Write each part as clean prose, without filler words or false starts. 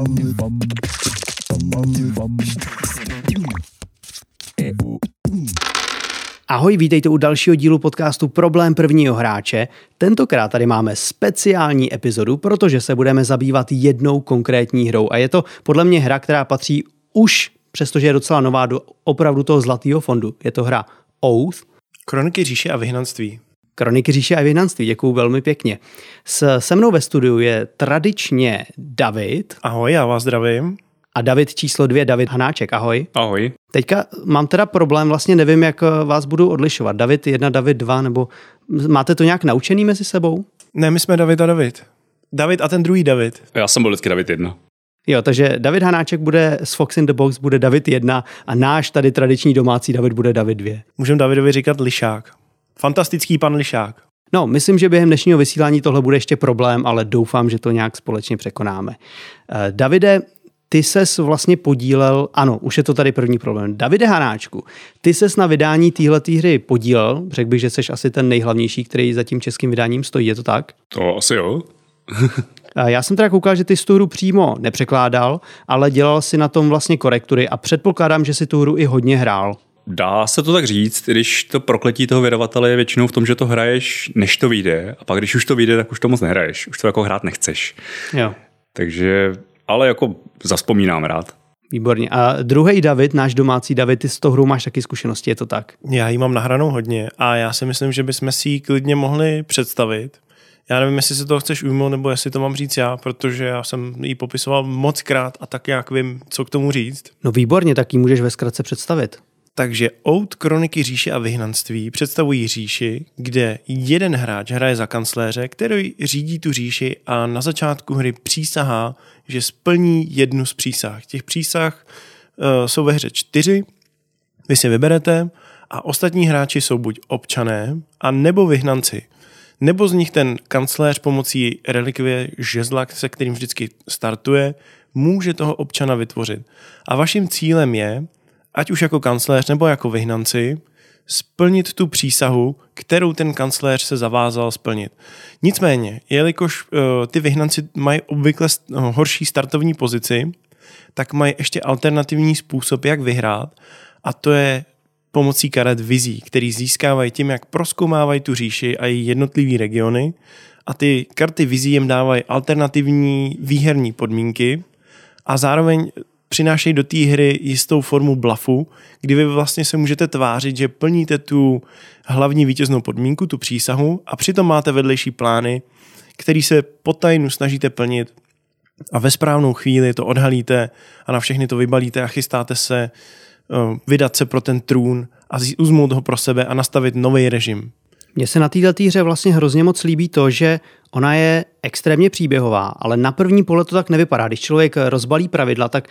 Ahoj, vítejte u dalšího dílu podcastu Problém prvního hráče. Tentokrát tady máme speciální epizodu, protože se budeme zabývat jednou konkrétní hrou. A je to podle mě hra, která patří už, přestože je docela nová, do opravdu toho zlatého fondu. Je to hra Oath. Kroniky říše a vyhnanství. Kroniky říše a vyhnanství, děkuju velmi pěkně. Se mnou ve studiu je tradičně David. Ahoj, já vás zdravím. A David číslo 2, David Hanáček, ahoj. Ahoj. Teďka mám teda problém, vlastně nevím, jak vás budu odlišovat. David 1, David 2, nebo máte to nějak naučený mezi sebou? Ne, my jsme David a David. David a ten druhý David. Já jsem byl vždycky David 1. Jo, takže David Hanáček bude z Fox in the Box, bude David 1 a náš tady tradiční domácí David bude David 2. Můžeme Davidovi říkat Lišák. Fantastický pan Lišák. No, myslím, že během dnešního vysílání tohle bude ještě problém, ale doufám, že to nějak společně překonáme. Davide, ty ses vlastně podílel, ano, už je to tady první problém. Davide Hanáčku, ty ses na vydání téhletý hry podílel, řekl bych, že seš asi ten nejhlavnější, který za tím českým vydáním stojí, je to tak? To asi jo. Já jsem teda koukal, že ty jsi tu hru přímo nepřekládal, ale dělal si na tom vlastně korektury a předpokládám, že si tu hru i hodně hrál. Dá se to tak říct, když to prokletí toho vydavatele je většinou v tom, že to hraješ, než to vyjde, a pak když už to vyjde, tak už to moc nehraješ, už to jako hrát nechceš. Jo. Takže, ale jako zavzpomínám rád. Výborně. A druhý David, náš domácí David, ty s tou hrou máš taky zkušenosti, je to tak? Já ji mám nahranou hodně a já si myslím, že bychom si ji klidně mohli představit. Já nevím, jestli se toho chceš ujmout, nebo jestli to mám říct já, protože já jsem ji popisoval mockrát a tak jak vím, co k tomu říct. No výborně, tak ji můžeš ve zkratce představit. Takže Oath, Kroniky říše a vyhnanství představují říši, kde jeden hráč hraje za kancléře, který řídí tu říši a na začátku hry přísahá, že splní jednu z přísah. Těch přísah jsou ve hře 4, vy si vyberete a ostatní hráči jsou buď občané a nebo vyhnanci. Nebo z nich ten kancléř pomocí relikvie žezla, se kterým vždycky startuje, může toho občana vytvořit. A vaším cílem je, ať už jako kancléř nebo jako vyhnanci, splnit tu přísahu, kterou ten kancléř se zavázal splnit. Nicméně, jelikož ty vyhnanci mají obvykle horší startovní pozici, tak mají ještě alternativní způsob, jak vyhrát, a to je pomocí karet vizí, který získávají tím, jak prozkoumávají tu říši a její jednotlivý regiony, a ty karty vizí jim dávají alternativní výherní podmínky a zároveň přinášejí do té hry jistou formu bluffu, kdy vy vlastně se můžete tvářit, že plníte tu hlavní vítěznou podmínku, tu přísahu, a přitom máte vedlejší plány, který se potajnu snažíte plnit, a ve správnou chvíli to odhalíte a na všechny to vybalíte a chystáte se vydat se pro ten trůn a uzmout ho pro sebe a nastavit nový režim. Mně se na této hře vlastně hrozně moc líbí to, že ona je extrémně příběhová, ale na první pohled to tak nevypadá. Když člověk rozbalí pravidla, tak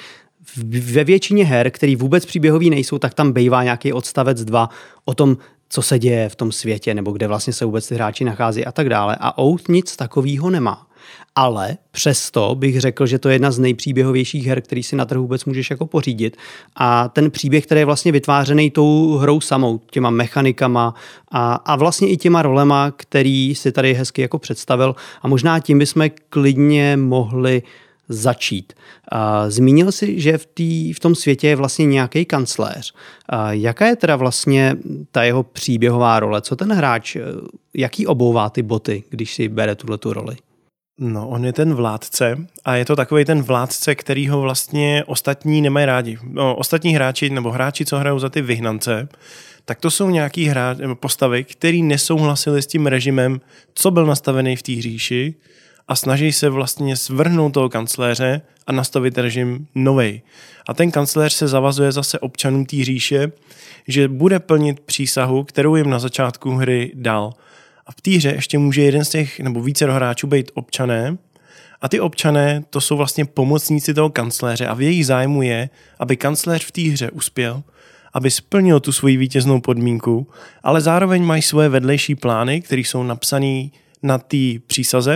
ve většině her, který vůbec příběhový nejsou, tak tam bejvá nějaký odstavec 2 o tom, co se děje v tom světě, nebo kde vlastně se vůbec ty hráči nachází a tak dále. A Oath nic takového nemá. Ale přesto bych řekl, že to je jedna z nejpříběhovějších her, který si na trhu vůbec můžeš jako pořídit. A ten příběh, který je vlastně vytvářený tou hrou samou, těma mechanikama a vlastně i těma rolema, který si tady hezky jako představil. A možná tím bychom klidně mohli začít. Zmínil si, že v tom světě je vlastně nějaký kancléř. Jaká je teda vlastně ta jeho příběhová role? Co ten hráč, jaký obouvá ty boty, když si bere tuhletu roli? No, on je ten vládce a je to takový ten vládce, kterýho vlastně ostatní nemají rádi. No, ostatní hráči nebo hráči, co hrajou za ty vyhnance, tak to jsou nějaký postavy, který nesouhlasili s tím režimem, co byl nastavený v té říši, a snaží se vlastně svrhnout toho kancléře a nastavit režim novej. A ten kancléř se zavazuje zase občanům té říše, že bude plnit přísahu, kterou jim na začátku hry dal. A v té hře ještě může jeden z těch nebo více hráčů být občané, a ty občané to jsou vlastně pomocníci toho kancléře a v jejich zájmu je, aby kancléř v té hře uspěl, aby splnil tu svoji vítěznou podmínku, ale zároveň mají svoje vedlejší plány, které jsou napsané na té přísaze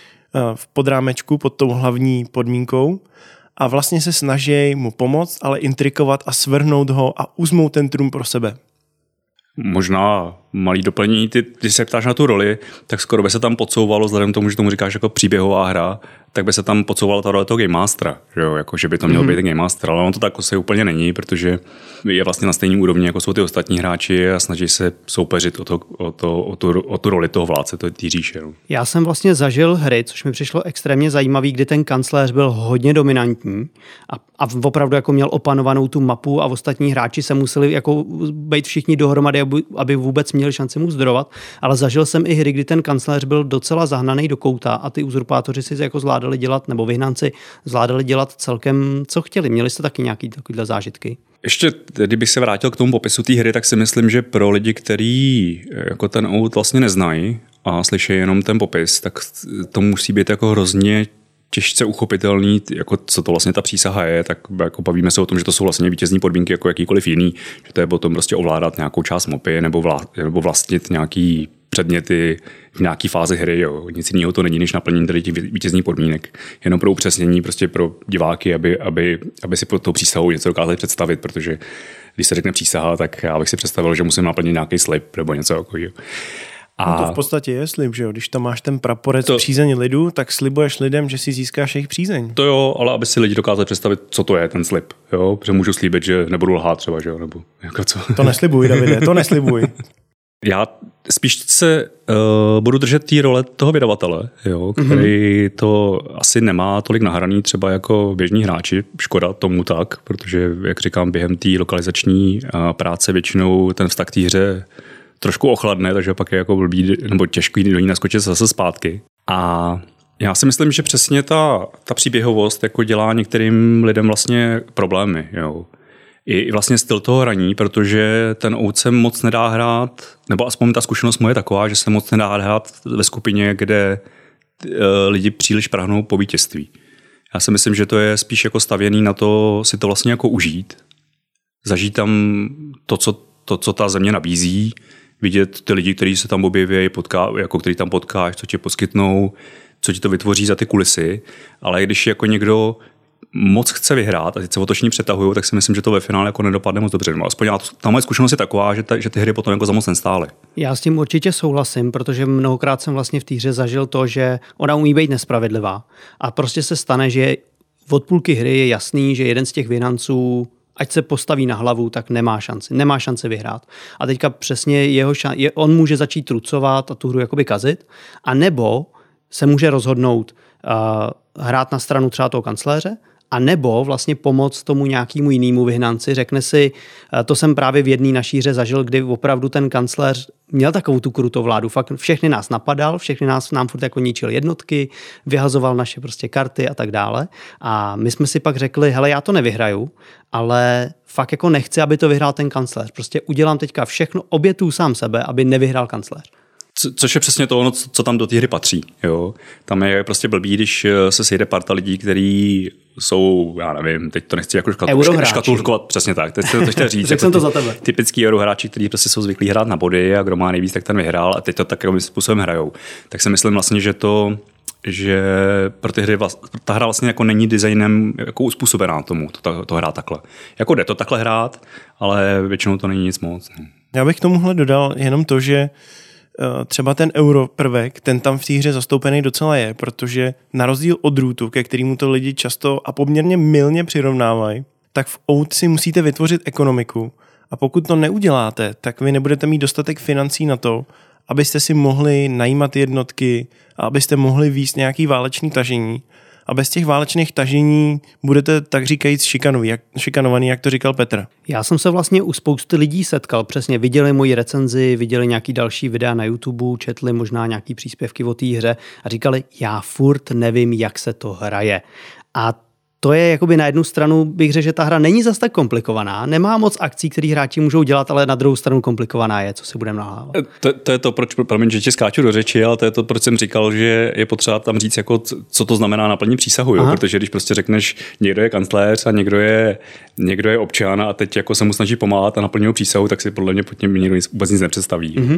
v podrámečku pod tou hlavní podmínkou, a vlastně se snaží mu pomoct, ale intrikovat a svrhnout ho a uzmout ten trůn pro sebe. Možná malý doplnění, ty se ptáš na tu roli, tak skoro by se tam podsouvalo, vzhledem k tomu, že tomu říkáš jako příběhová hra, tak by se tam podsouvala ta role toho Game Mastera, že jo, jako, že by to měl být ten Game Master, ale on to tak asi úplně není, protože je vlastně na stejné úrovni, jako jsou ty ostatní hráči a snaží se soupeřit o tu roli toho vládce, té říše. No. Já jsem vlastně zažil hry, což mi přišlo extrémně zajímavý, kdy ten kancléř byl hodně dominantní a opravdu jako měl opanovanou tu mapu a ostatní hráči se museli jako být všichni dohromady, aby vůbec měli šanci mu zdrovat, ale zažil jsem i hry, kdy ten kancléř byl docela zahnaný do kouta a ty uzurpátoři si jako zvládali dělat, nebo vyhnanci zvládali dělat celkem, co chtěli. Měli jste taky nějaký takovýhle zážitky? Ještě, kdybych se vrátil k tomu popisu té hry, tak si myslím, že pro lidi, kteří jako ten Oath vlastně neznají a slyší jenom ten popis, tak to musí být jako hrozně těžce uchopitelný, jako co to vlastně ta přísaha je, tak jako bavíme se o tom, že to jsou vlastně vítězní podmínky jako jakýkoliv jiný, že to je o tom prostě ovládat nějakou část mapy nebo vlastnit nějaký předměty v nějaký fázi hry, jo. Nic jiného to není, než naplnění tady těch vítězných podmínek. Jenom pro upřesnění, prostě pro diváky, aby si pod tou přísahou něco dokázali představit, protože když se řekne přísaha, tak já bych si představil, že musím naplnit nějaký slib nebo něco takového. A to v podstatě je slib, že jo? Když tam máš ten praporec přízeň lidu, tak slibuješ lidem, že si získáš jejich přízeň. To jo, ale aby si lidi dokázali představit, co to je ten slib, jo? Protože můžu slíbit, že nebudu lhát třeba, že jo? Nebo jako co? To neslibuj, Davide, to neslibuj. Já spíš se budu držet té role toho vydavatele, jo, který to asi nemá tolik nahraný třeba jako běžní hráči. Škoda tomu tak, protože, jak říkám, během té lokalizační práce většinou ten vztah k té hře trošku ochladne, takže pak je jako blbý nebo těžký do ní naskočit zase zpátky. A já si myslím, že přesně ta příběhovost jako dělá některým lidem vlastně problémy, jo. I vlastně styl toho hraní, protože ten Oath se moc nedá hrát, nebo aspoň ta zkušenost moje je taková, že se moc nedá hrát ve skupině, kde lidi příliš prahnou po vítězství. Já si myslím, že to je spíš jako stavěný na to si to vlastně jako užít, zažít tam to, co ta země nabízí, vidět ty lidi, kteří se tam objeví, jako který tam potkáš, co ti poskytnou, co ti to vytvoří za ty kulisy, ale když jako někdo moc chce vyhrát a teď se otoční přetahují, tak si myslím, že to ve finále jako nedopadne moc dobře. Aspoň ta moje zkušenost je taková, že ty hry potom jako za moc nestály. Já s tím určitě souhlasím, protože mnohokrát jsem vlastně v té hře zažil to, že ona umí být nespravedlivá a prostě se stane, že od půlky hry je jasný, že jeden z těch vyhnanců, ať se postaví na hlavu, tak nemá šanci vyhrát. A teďka přesně on může začít trucovat a tu hru jakoby kazit, a nebo se může rozhodnout hrát na stranu třeba toho kancléře, a nebo vlastně pomoct tomu nějakému jinému vyhnanci. Řekne si, to jsem právě v jedné naší hře zažil, kdy opravdu ten kancléř měl takovou tu krutou vládu. Fakt všechny nás napadal, nám furt jako ničil jednotky, vyhazoval naše prostě karty a tak dále. A my jsme si pak řekli, hele, já to nevyhraju, ale fakt jako nechci, aby to vyhrál ten kancléř. Prostě udělám teďka všechno, obětuju sám sebe, aby nevyhrál kancléř. Což je přesně to, co tam do té hry patří. Jo? Tam je prostě blbý, když se sejde parta lidí, kteří jsou, já nevím, teď to nechci jako škatulkovat, přesně tak. Teď to chtěl říct. Řekl jsem to za tebe. Typický eurohráči, kteří prostě jsou zvyklí hrát na body a kdo má nejvíc, tak ten vyhrál a teď to takovým způsobem hrajou. Tak si myslím vlastně, že pro ty hry ta hra vlastně jako není designem jako uspůsobená tomu, to hrát takhle. Jako jde to takhle hrát, ale většinou to není nic moc. Já bych k tomuhle dodal jenom to, že třeba ten euro prvek, ten tam v té hře zastoupený docela je, protože na rozdíl od Rootu, ke kterému to lidi často a poměrně mylně přirovnávají, tak v Oath si musíte vytvořit ekonomiku a pokud to neuděláte, tak vy nebudete mít dostatek financí na to, abyste si mohli najímat jednotky a abyste mohli vést nějaký válečný tažení. A bez těch válečných tažení budete, tak říkajíc, šikanovaný, jak to říkal Petr. Já jsem se vlastně u spousty lidí setkal, přesně viděli moji recenzi, viděli nějaký další videa na YouTube, četli možná nějaký příspěvky o té hře a říkali, já furt nevím, jak se to hraje. A to je jakoby na jednu stranu, bych řekl, že ta hra není zas tak komplikovaná, nemá moc akcí, které hráči můžou dělat, ale na druhou stranu komplikovaná je, co si budeme nahlávat. To je to, promiň, že ti skáču do řeči, ale to je to, proč jsem říkal, že je potřeba tam říct, jako, co to znamená naplnit přísahu, jo? Protože když prostě řekneš, někdo je kancléř a někdo je občan a teď jako se mu snaží pomáhat a naplňují přísahu, tak si podle mě pod tím nikdo vůbec nic nepředstaví. Mm-hmm.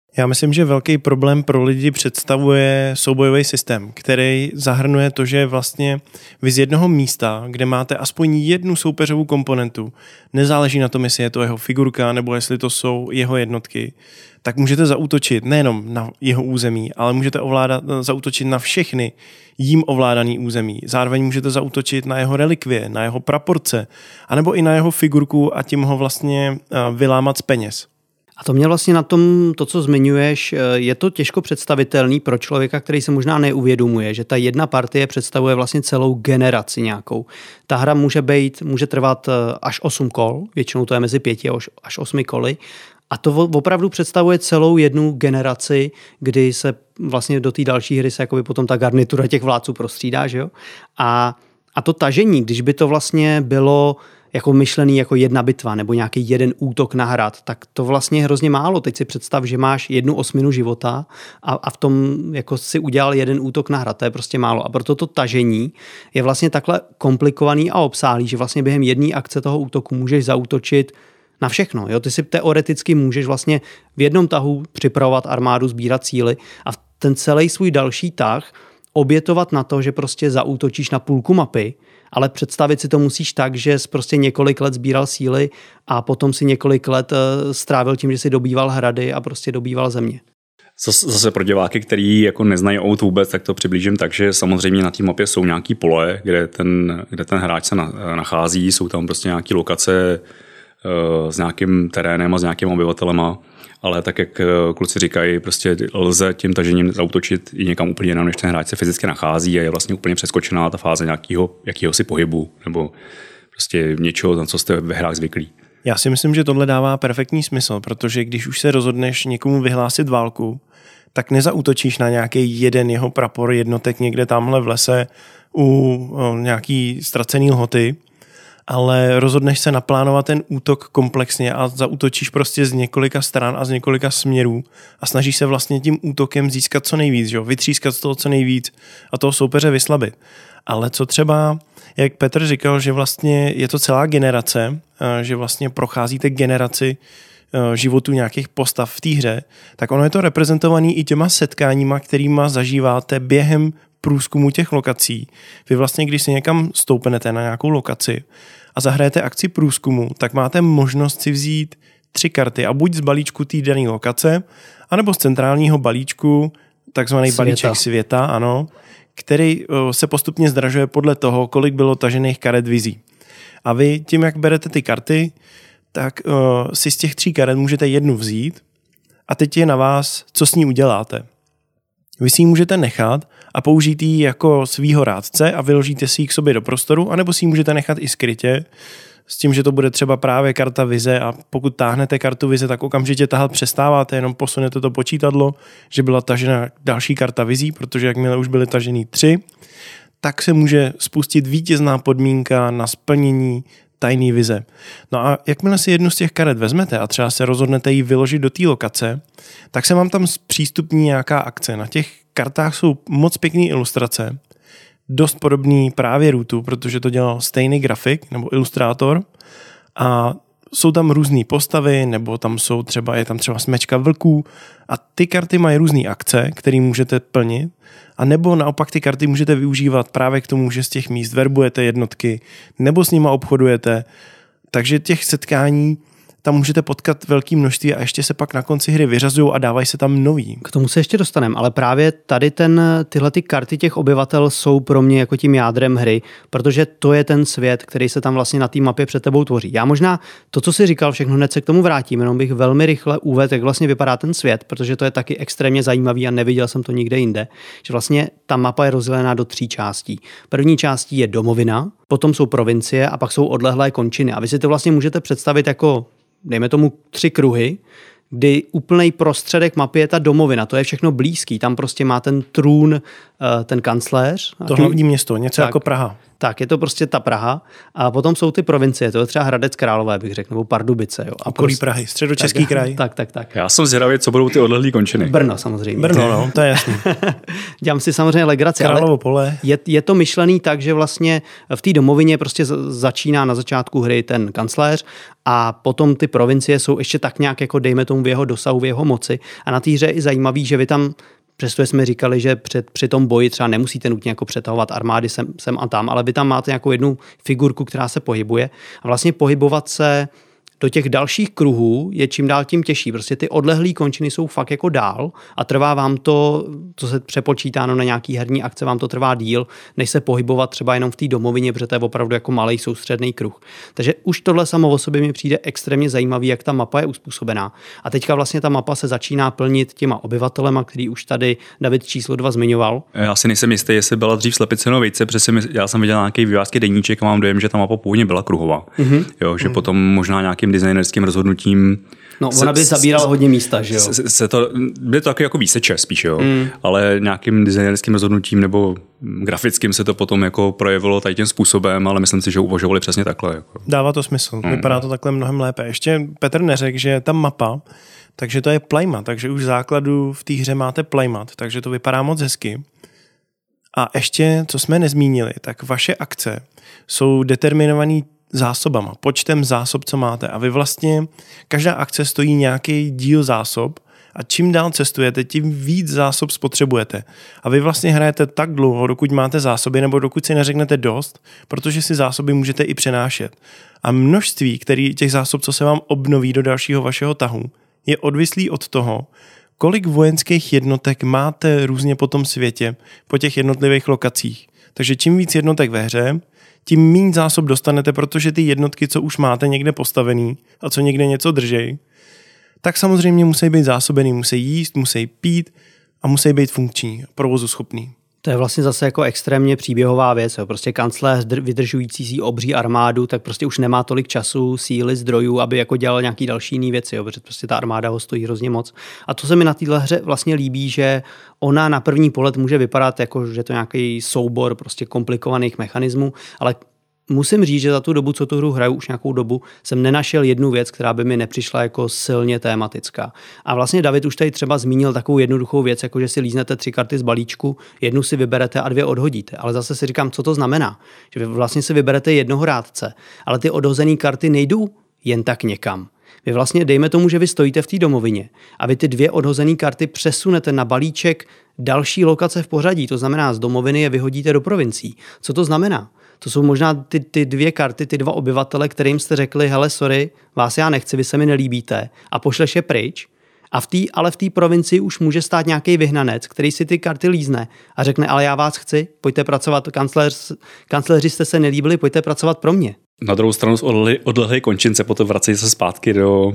Já myslím, že velký problém pro lidi představuje soubojový systém, který zahrnuje to, že vlastně vy z jednoho místa, kde máte aspoň jednu soupeřovou komponentu, nezáleží na tom, jestli je to jeho figurka nebo jestli to jsou jeho jednotky, tak můžete zaútočit nejenom na jeho území, ale můžete zaútočit na všechny jím ovládaný území. Zároveň můžete zaútočit na jeho relikvie, na jeho praporce, anebo i na jeho figurku a tím ho vlastně vylámat z peněz. A to mě vlastně na tom, to, co zmiňuješ, je to těžko představitelný pro člověka, který se možná neuvědomuje, že ta jedna partie představuje vlastně celou generaci nějakou. Ta hra může trvat až 8 kol, většinou to je mezi 5 až 8 koly, a to opravdu představuje celou jednu generaci, kdy se vlastně do té další hry se jakoby potom ta garnitura těch vládců prostřídá, že jo? A to tažení, když by to vlastně bylo jako myšlený jako jedna bitva nebo nějaký jeden útok na hrad, tak to vlastně je hrozně málo. Teď si představ, že máš 1/8 života a v tom jako si udělal jeden útok na hrad, to je prostě málo. A proto to tažení je vlastně takhle komplikovaný a obsáhlý, že vlastně během jedné akce toho útoku můžeš zaútočit na všechno. Jo? Ty si teoreticky můžeš vlastně v jednom tahu připravovat armádu, sbírat síly a ten celý svůj další tah obětovat na to, že prostě zaútočíš na půlku mapy, ale představit si to musíš tak, že jsi prostě několik let sbíral síly a potom si několik let strávil tím, že si dobýval hrady a prostě dobýval země. Zase pro diváky, který jako neznají OUT vůbec, tak to přiblížím tak, že samozřejmě na té mapě jsou nějaký pole, kde ten hráč se nachází, jsou tam prostě nějaké lokace s nějakým terénem a s nějakými obyvatelema, ale tak, jak kluci říkají, prostě lze tím tažením zaútočit i někam úplně jinam, než ten hráč se fyzicky nachází a je vlastně úplně přeskočená ta fáze jakýhosi pohybu nebo prostě něčeho, na co jste ve hrách zvyklí. Já si myslím, že tohle dává perfektní smysl, protože když už se rozhodneš někomu vyhlásit válku, tak nezaútočíš na nějaký jeden jeho prapor jednotek někde tamhle v lese u nějaký ztracený lhoty, ale rozhodneš se naplánovat ten útok komplexně a zaútočíš prostě z několika stran a z několika směrů a snažíš se vlastně tím útokem získat co nejvíc, že? Vytřískat z toho co nejvíc a toho soupeře vyslabit. Ale co třeba, jak Petr říkal, že vlastně je to celá generace, že vlastně procházíte generaci životů nějakých postav v té hře, tak ono je to reprezentovaný i těma setkáníma, kterýma zažíváte během průzkumu těch lokací. Vy vlastně, když si někam stoupnete na nějakou lokaci a zahrajete akci průzkumu, tak máte možnost si vzít 3 karty a buď z balíčku té dané lokace, anebo z centrálního balíčku, takzvaný balíček světa, ano, který se postupně zdražuje podle toho, kolik bylo tažených karet vizí. A vy tím, jak berete ty karty, tak si z těch 3 karet můžete jednu vzít a teď je na vás, co s ní uděláte. Vy si ji můžete nechat a použít ji jako svýho rádce a vyložíte si ji k sobě do prostoru, anebo si ji můžete nechat i skrytě, s tím, že to bude třeba právě karta vize a pokud táhnete kartu vize, tak okamžitě tahat přestáváte, jenom posunete to počítadlo, že byla tažena další karta vizí, protože jakmile už byly tažený 3, tak se může spustit vítězná podmínka na splnění tajný vize. No a jakmile si jednu z těch karet vezmete a třeba se rozhodnete ji vyložit do té lokace, tak se vám tam zpřístupní nějaká akce. Na těch kartách jsou moc pěkné ilustrace, dost podobný právě Rootu, protože to dělal stejný grafik nebo ilustrátor a jsou tam různé postavy, nebo je tam třeba smečka vlků a ty karty mají různé akce, které můžete plnit, a nebo naopak ty karty můžete využívat právě k tomu, že z těch míst verbujete jednotky, nebo s nima obchodujete, takže těch setkání tam můžete potkat velké množství a ještě se pak na konci hry vyřazují a dávají se tam nový. K tomu se ještě dostaneme, ale právě tady tyhle ty karty těch obyvatel jsou pro mě jako tím jádrem hry, protože to je ten svět, který se tam vlastně na té mapě před tebou tvoří. Já možná to, co jsi říkal, všechno hned se k tomu vrátím, jenom bych velmi rychle uvedl, jak vlastně vypadá ten svět, protože to je taky extrémně zajímavý a neviděl jsem to nikde jinde, že vlastně ta mapa je rozdělená do 3 částí. První částí je domovina, potom jsou provincie a pak jsou odlehlé končiny. A vy si to vlastně můžete představit jako dejme tomu 3 kruhy, kdy úplnej prostředek mapy je ta domovina, to je všechno blízký, tam prostě má ten trůn ten kancléř. To hlavní město, něco jako Praha. Tak, je to prostě ta Praha a potom jsou ty provincie, to je třeba Hradec Králové, bych řekl, nebo Pardubice. Jo. A okolí Prahy, středočeský kraj. Tak. Já jsem zvědavý, co budou ty odlehlý končiny. Brno samozřejmě. Brno, no, to je jasný. Dělám si samozřejmě legraci, Královo pole. Je to myšlený tak, že vlastně v té domovině prostě začíná na začátku hry ten kancléř a potom ty provincie jsou ještě tak nějak, jako dejme tomu v jeho dosahu, v jeho moci. A na té hře je i zajímavý, že vy tam přesto jsme říkali, že při tom boji třeba nemusíte nutně jako přetahovat armády sem a tam, ale vy tam máte nějakou jednu figurku, která se pohybuje a vlastně pohybovat se do těch dalších kruhů je čím dál tím těžší. Prostě ty odlehlý končiny jsou fakt jako dál a trvá vám to, co se přepočítáno na nějaký herní akce, vám to trvá díl, než se pohybovat třeba jenom v té domovině, protože to je opravdu jako malej soustředný kruh. Takže už tohle samo o sobě mi přijde extrémně zajímavý, jak ta mapa je uspůsobená. A teďka vlastně ta mapa se začíná plnit těma obyvatelema, který už tady David číslo 2 zmiňoval. Já si nejsem jistý, jestli byla dřív Slepice nebo Vejce, protože já jsem viděl nějaký vývázky deníček a mám dojem, že ta mapa původně byla kruhová. Jo, že potom možná nějakým designerským rozhodnutím. No, ona by zabírala hodně místa, že jo? Byly to taky jako výseče spíš, jo. Ale nějakým designerským rozhodnutím nebo grafickým se to potom jako projevilo tady tím způsobem, ale myslím si, že uvažovali přesně takhle. Jako. Dává to smysl, vypadá to takhle mnohem lépe. Ještě Petr neřekl, že ta mapa, takže to je playmat, takže už v základu v té hře máte playmat, takže to vypadá moc hezky. A ještě, co jsme nezmínili, tak vaše akce jsou determinovaný zásobama, počtem zásob, co máte. A vy vlastně, každá akce stojí nějaký díl zásob a čím dál cestujete, tím víc zásob spotřebujete. A vy vlastně hrajete tak dlouho, dokud máte zásoby, nebo dokud si neřeknete dost, protože si zásoby můžete i přenášet. A množství, těch zásob, co se vám obnoví do dalšího vašeho tahu, je odvislý od toho, kolik vojenských jednotek máte různě po tom světě, po těch jednotlivých lokacích. Takže čím víc jednotek ve hře, tím méně zásob dostanete, protože ty jednotky, co už máte někde postavený a co někde něco držej, tak samozřejmě musí být zásobený, musí jíst, musí pít a musí být funkční, provozu schopný. To je vlastně zase jako extrémně příběhová věc. Jo. Prostě kancléř vydržující si obří armádu, tak prostě už nemá tolik času, síly, zdrojů, aby jako dělal nějaký další jiný věci, jo, protože prostě ta armáda ho stojí hrozně moc. A to se mi na téhle hře vlastně líbí, že ona na první pohled může vypadat jako, že to nějaký soubor prostě komplikovaných mechanismů, ale musím říct, že za tu dobu, co tu hru hraju už nějakou dobu, jsem nenašel jednu věc, která by mi nepřišla jako silně tématická. A vlastně David už tady třeba zmínil takovou jednoduchou věc, jako že si líznete 3 karty z balíčku, jednu si vyberete a 2 odhodíte. Ale zase si říkám, co to znamená? Že vy vlastně si vyberete jednoho rádce, ale ty odhozené karty nejdou jen tak někam. Vy vlastně dejme tomu, že vy stojíte v té domovině a vy ty 2 odhozené karty přesunete na balíček další lokace v pořadí. To znamená, z domoviny je vyhodíte do provincií. Co to znamená? To jsou možná ty 2 karty, ty 2 obyvatele, kterým jste řekli, hele, sorry, vás já nechci, vy se mi nelíbíte a pošleš je pryč. Ale v té provincii už může stát nějaký vyhnanec, který si ty karty lízne a řekne, ale já vás chci, pojďte pracovat, kancléři jste se nelíbili, pojďte pracovat pro mě. Na druhou stranu z odlehlé končince potom vracejí se zpátky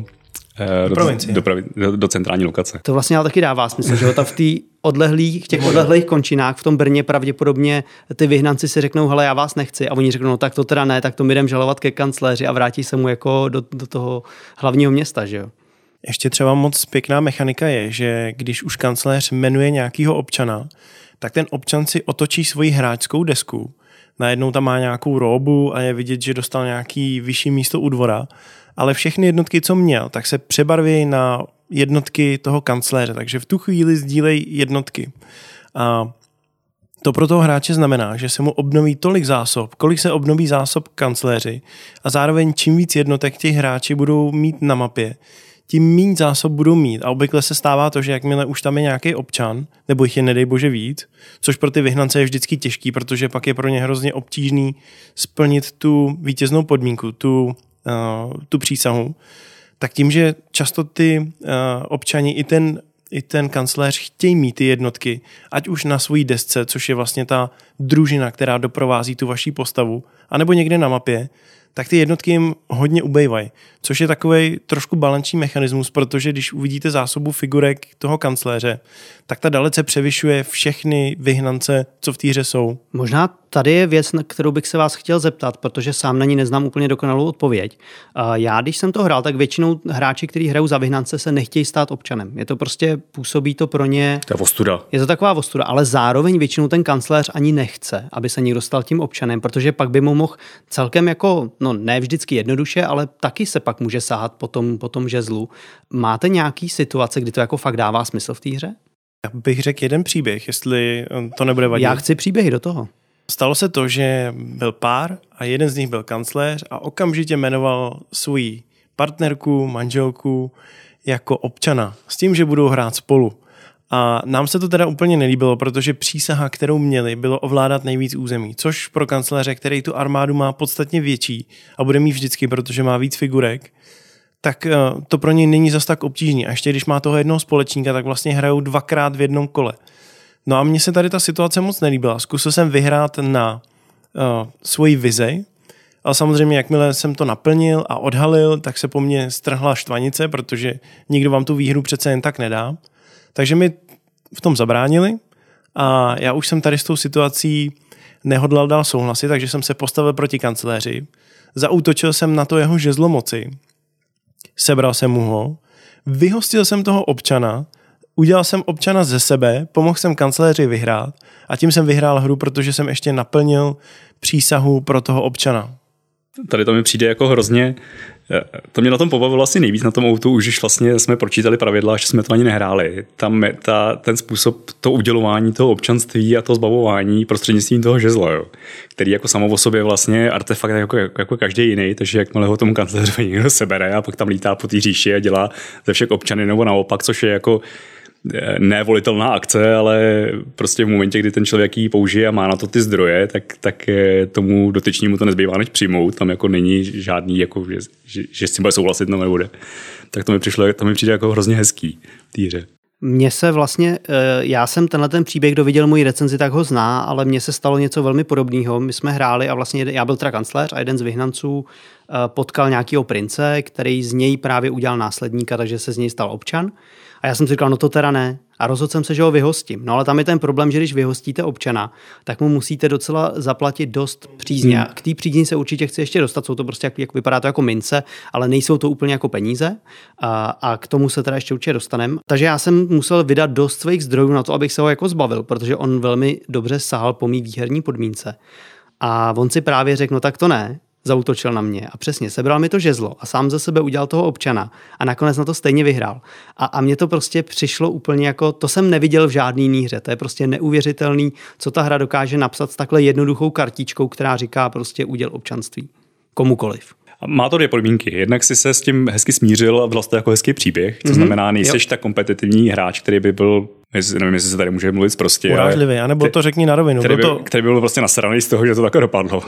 do centrální lokace. To vlastně ale taky dává smysl, že v těch odlehlých končinách v tom Brně pravděpodobně ty vyhnanci si řeknou, hele, já vás nechci a oni řeknou, no tak to teda ne, tak to my jdem žalovat ke kancléři a vrátí se mu jako do toho hlavního města, že jo. Ještě třeba moc pěkná mechanika je, že když už kancléř jmenuje nějakého občana, tak ten občan si otočí svoji hráčskou desku. Najednou tam má nějakou róbu a je vidět, že dostal nějaký vyšší místo u dvora, ale všechny jednotky, co měl, tak se přebarví na jednotky toho kancléře, takže v tu chvíli sdílejí jednotky. A to pro toho hráče znamená, že se mu obnoví tolik zásob, kolik se obnoví zásob kancléři a zároveň čím víc jednotek těch hráči budou mít na mapě, tím méně zásob budou mít. A obvykle se stává to, že jakmile už tam je nějaký občan, nebo jich je nedej bože víc, což pro ty vyhnance je vždycky těžký, protože pak je pro ně hrozně obtížný splnit tu vítěznou podmínku, tu přísahu, tak tím, že často ty občani i ten kancléř chtějí mít ty jednotky, ať už na svojí desce, což je vlastně ta družina, která doprovází tu vaší postavu, anebo někde na mapě, tak ty jednotky jim hodně ubejvají, což je takový trošku balanční mechanismus, protože když uvidíte zásobu figurek toho kancléře, tak ta dalece převyšuje všechny vyhnance, co v té hře jsou. Možná tady je věc, na kterou bych se vás chtěl zeptat, protože sám na ní neznám úplně dokonalou odpověď. Já, když jsem to hrál, tak většinou hráči, kteří hrajou za vyhnance, se nechtějí stát občanem. Je to prostě, působí to pro ně... To je ostuda. Je to taková ostuda, ale zároveň většinou ten kancléř ani nechce, aby se někdo stal tím občanem, protože pak by mu mohl celkem jako, no ne vždycky jednoduše, ale taky se pak může sahat po tom žezlu. Máte nějaký situace, kdy to jako fakt dává smysl v té hře? Já bych řekl jeden příběh, jestli to nebude vadit. Já chci příběhy do toho. Stalo se to, že byl pár a jeden z nich byl kancléř a okamžitě jmenoval svoji partnerku, manželku jako občana s tím, že budou hrát spolu. A nám se to teda úplně nelíbilo, protože přísaha, kterou měli, bylo ovládat nejvíc území, což pro kancléře, který tu armádu má podstatně větší a bude mít vždycky, protože má víc figurek, tak to pro něj není zas tak obtížný. A ještě když má toho jednoho společníka, tak vlastně hrajou 2x v jednom kole. No a mně se tady ta situace moc nelíbila. Zkusil jsem vyhrát na svoji vizi, ale samozřejmě jakmile jsem to naplnil a odhalil, tak se po mně strhla štvanice, protože nikdo vám tu výhru přece jen tak nedá. Takže mi v tom zabránili a já už jsem tady s tou situací nehodlal dál souhlasit, takže jsem se postavil proti kancléři, zaútočil jsem na to jeho žezlo moci, sebral jsem mu ho, vyhostil jsem toho občana, udělal jsem občana ze sebe, pomohl jsem kancléři vyhrát a tím jsem vyhrál hru, protože jsem ještě naplnil přísahu pro toho občana. Tady to mi přijde jako hrozně, to mě na tom pobavilo asi nejvíc na tom outu, už když vlastně jsme pročítali pravidla, že jsme to ani nehráli. Tam ten způsob, to udělování toho občanství a to zbavování prostřednictvím toho žezla, jo, který jako samo o sobě vlastně artefakt jako každý jiný, takže jakmile ho tomu kancléřovi někdo sebere a pak tam lítá po té říši a dělá ze všech občany nebo naopak, což je jako nevolitelná akce, ale prostě v momentě, kdy ten člověk ji použije a má na to ty zdroje, tak tomu dotyčnímu to nezbývá než přijmout. Tam jako není žádný, jako, že s tím bude souhlasit, no nebude. Tak to mi přijde jako hrozně hezký v té hře. Mně se vlastně, já jsem ten příběh, kdo viděl můj recenzi, tak ho zná, ale mně se stalo něco velmi podobného. My jsme hráli a vlastně já byl teda kancléř a jeden z vyhnanců potkal nějakého prince, který z něj právě udělal následníka, takže se z něj stal občan. A já jsem si říkal, no to teda ne. A rozhodl jsem se, že ho vyhostím. No ale tam je ten problém, že když vyhostíte občana, tak mu musíte docela zaplatit dost přízně. K té přízni se určitě chci ještě dostat. Jsou to prostě, jak vypadá to jako mince, ale nejsou to úplně jako peníze. A k tomu se teda ještě určitě dostaneme. Takže já jsem musel vydat dost svých zdrojů na to, abych se ho jako zbavil, protože on velmi dobře sahal po mý výherní podmínce. A on si právě řekl, no tak to ne. Zaútočil na mě a přesně sebral mi to žezlo a sám ze sebe udělal toho občana a nakonec na to stejně vyhrál. A mně to prostě přišlo úplně jako, to jsem neviděl v žádný jiný hře, to je prostě neuvěřitelný, co ta hra dokáže napsat s takhle jednoduchou kartičkou, která říká prostě uděl občanství. Komukoliv. Má to dvě podmínky. Jednak si se s tím hezky smířil a byl to jako hezký příběh, co znamená, nejseš tak kompetitivní hráč, který by byl, nevím, jestli se tady může mluvit prostě. Urážlivý, anebo to řekni na rovinu. Který byl prostě nasraný z toho, že to takhle dopadlo.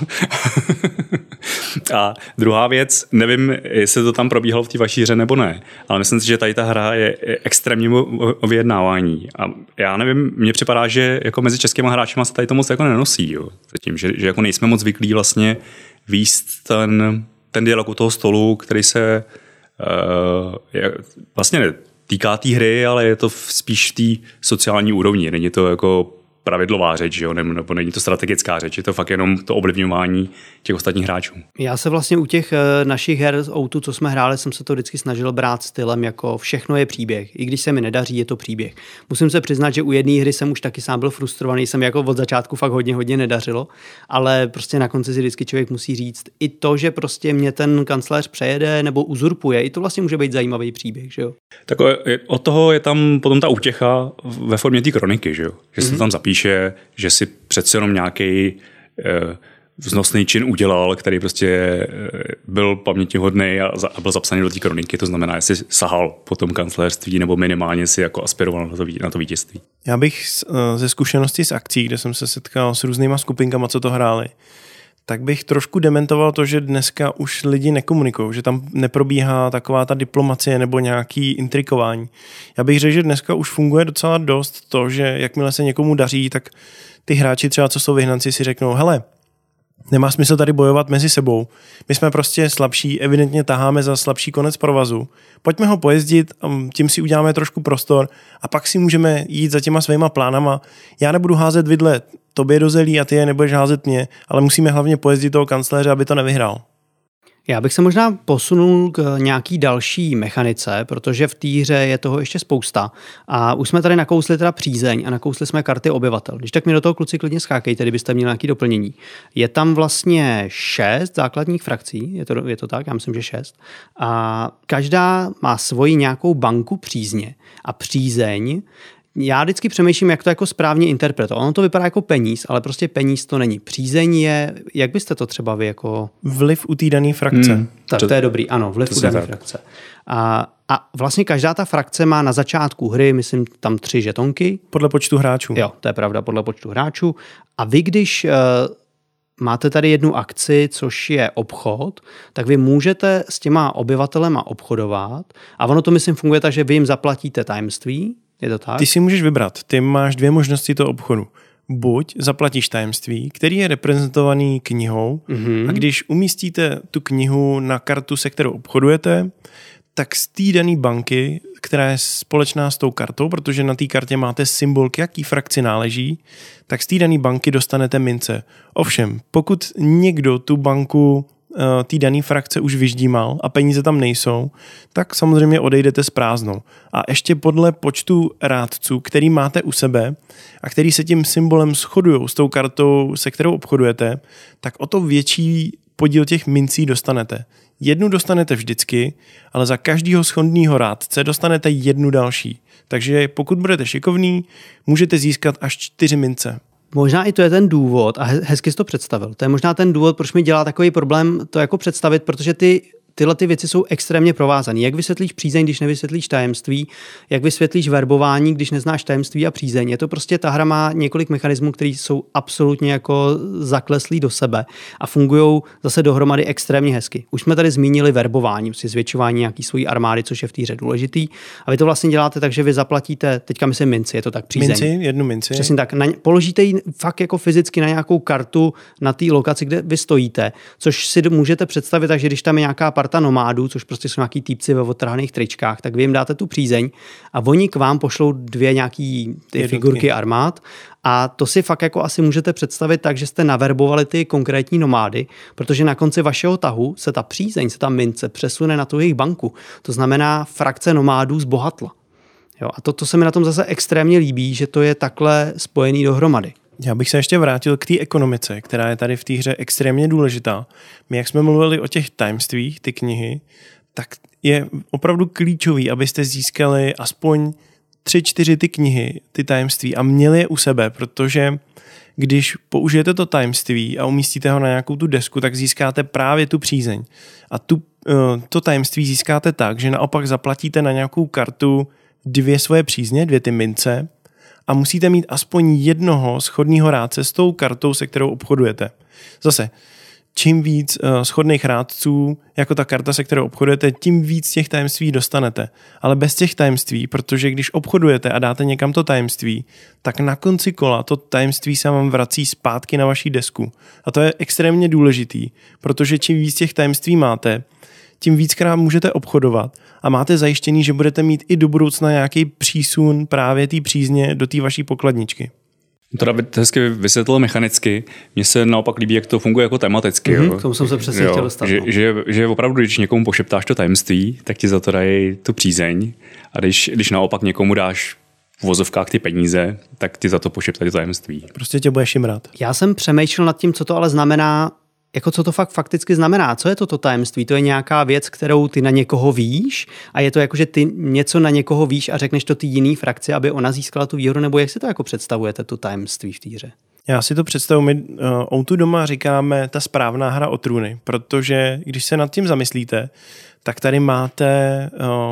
A druhá věc, nevím, jestli to tam probíhalo v té vaší hře nebo ne, ale myslím si, že tady ta hra je extrémní o vyjednávání. A já nevím, mně připadá, že jako mezi českými hráči se tady to moc jako nenosí. Jo. Zatím, že jako nejsme moc zvyklí vlastně víst ten dialog u toho stolu, který se vlastně týká té hry, ale je to spíš v té sociální úrovni. Není to jako pravidlová řeč, jo? Nebo není to strategická řeč, je to fakt jenom to ovlivňování těch ostatních hráčů. Já se vlastně u těch našich her z Outu, co jsme hráli, jsem se to vždycky snažil brát stylem jako všechno je příběh. I když se mi nedaří, je to příběh. Musím se přiznat, že u jedné hry jsem už taky sám byl frustrovaný, jsem jako od začátku fakt hodně nedařilo, ale prostě na konci si vždycky člověk musí říct i to, že prostě mě ten kancléř přejede nebo uzurpuje, i to vlastně může být zajímavý příběh, že jo. Tak od toho je tam potom ta útěcha ve formě té kroniky, že jo. Že se to tam zapíše, že si přece jenom nějaký vznosný čin udělal, který prostě byl pamětihodný a byl zapsaný do té kroniky, to znamená, jestli sahal po tom kancléřství nebo minimálně si jako aspiroval na to vítězství. Já bych ze zkušenosti z akcí, kde jsem se setkal s různýma skupinkama, co to hráli, tak bych trošku dementoval to, že dneska už lidi nekomunikují, že tam neprobíhá taková ta diplomacie nebo nějaký intrikování. Já bych řekl, že dneska už funguje docela dost to, že jakmile se někomu daří, tak ty hráči třeba, co jsou vyhnanci, si řeknou, hele, Nemá smysl tady bojovat mezi sebou. My jsme prostě slabší, evidentně taháme za slabší konec provazu. Pojďme ho pojezdit, tím si uděláme trošku prostor a pak si můžeme jít za těma svýma plánama. Já nebudu házet vidle tobě do zelí a ty je nebudeš házet mě, ale musíme hlavně pojezdit toho kancléře, aby to nevyhrál. Já bych se možná posunul k nějaký další mechanice, protože v té hře je toho ještě spousta. A už jsme tady nakousli teda přízeň a nakousli jsme karty obyvatel. Když tak mi do toho, kluci, klidně skákejte, kdybyste měli nějaké doplnění. Je tam vlastně 6 základních frakcí, je to tak, já myslím, že 6. A každá má svoji nějakou banku přízně. A přízeň, já vždycky přemýšlím, jak to jako správně interpretovat. Ono to vypadá jako peníz, ale prostě peníz to není. Přízeň je, jak byste to třeba vy jako... Vliv u té dané frakce. Tak to je dobrý, ano, vliv u dané frakce. A vlastně každá ta frakce má na začátku hry, myslím, tam 3 žetonky. Podle počtu hráčů. Jo, to je pravda, podle počtu hráčů. A vy, když máte tady jednu akci, což je obchod, tak vy můžete s těma obyvatelema obchodovat a ono to, myslím, funguje tak, že vy jim zaplatíte tajemství. Je to tak? Ty si můžeš vybrat. Ty máš 2 možnosti toho obchodu. Buď zaplatíš tajemství, který je reprezentovaný knihou, a když umístíte tu knihu na kartu, se kterou obchodujete, tak z té dané banky, která je společná s tou kartou, protože na té kartě máte symbol, k jaký frakci náleží, tak z té dané banky dostanete mince. Ovšem, pokud někdo tu banku té dané frakce už vyždímal a peníze tam nejsou, tak samozřejmě odejdete s prázdnou. A ještě podle počtu rádců, který máte u sebe a který se tím symbolem shodujou s tou kartou, se kterou obchodujete, tak o to větší podíl těch mincí dostanete. Jednu dostanete vždycky, ale za každého shodného rádce dostanete jednu další. Takže pokud budete šikovní, můžete získat až 4 mince. Možná i to je ten důvod, a hezky jsi to představil, to je možná ten důvod, proč mi dělá takový problém to jako představit, protože tyhle ty věci jsou extrémně provázané. Jak vysvětlíš přízeň, když nevysvětlíš tajemství? Jak vysvětlíš verbování, když neznáš tajemství a přízeň? Je to prostě, ta hra má několik mechanismů, které jsou absolutně jako zakleslí do sebe a fungují zase dohromady extrémně hezky. Už jsme tady zmínili verbování, prostě zvětšování nějaký svojí armády, což je v té hře důležitý. A vy to vlastně děláte tak, že vy zaplatíte, teďka myslím minci, je to tak, přízeň. Jednu minci. Přesně tak. Položíte ji fakt jako fyzicky na nějakou kartu na té lokaci, kde vy stojíte, což si můžete představit, takže když tam je nějaká parta nomádů, což prostě jsou nějaký týpci ve odtrhaných tričkách, tak vy jim dáte tu přízeň a oni k vám pošlou 2 nějaký ty figurky armád a to si fakt jako asi můžete představit tak, že jste naverbovali ty konkrétní nomády, protože na konci vašeho tahu se ta přízeň, se ta mince přesune na tu jejich banku. To znamená, frakce nomádů zbohatla. Jo, a to se mi na tom zase extrémně líbí, že to je takhle spojený dohromady. Já bych se ještě vrátil k té ekonomice, která je tady v té hře extrémně důležitá. My, jak jsme mluvili o těch tajemstvích, ty knihy, tak je opravdu klíčový, abyste získali aspoň 3-4 ty knihy, ty tajemství a měli je u sebe, protože když použijete to tajemství a umístíte ho na nějakou tu desku, tak získáte právě tu přízeň. A to tajemství získáte tak, že naopak zaplatíte na nějakou kartu 2 svoje přízně, 2 ty mince, a musíte mít aspoň jednoho shodného rádce s tou kartou, se kterou obchodujete. Zase, čím víc shodných rádců, jako ta karta, se kterou obchodujete, tím víc těch tajemství dostanete. Ale bez těch tajemství, protože když obchodujete a dáte někam to tajemství, tak na konci kola to tajemství se vám vrací zpátky na vaší desku. A to je extrémně důležitý, protože čím víc těch tajemství máte, tím víckrát můžete obchodovat a máte zajištěný, že budete mít i do budoucna nějaký přísun právě té přízně do té vaší pokladničky. To David hezky vysvětlil mechanicky. Mně se naopak líbí, jak to funguje jako tematicky. K tomu jsem se přesně chtěl dostat. Že opravdu, když někomu pošeptáš to tajemství, tak ti za to dají tu přízeň. A když naopak někomu dáš v vozovkách ty peníze, tak ti za to pošeptají to tajemství. Prostě tě budeš jimrat. Já jsem přemýšlel nad tím, co to ale znamená, jako co to fakticky znamená. Co je to tajemství? To je nějaká věc, kterou ty na někoho víš a je to jako, že ty něco na někoho víš a řekneš to ty jiný frakci, aby ona získala tu výhodu, nebo jak si to jako představujete, tu tajemství v té hře? Já si to představuji, my O2 doma říkáme ta správná hra o trůny, protože když se nad tím zamyslíte, tak tady máte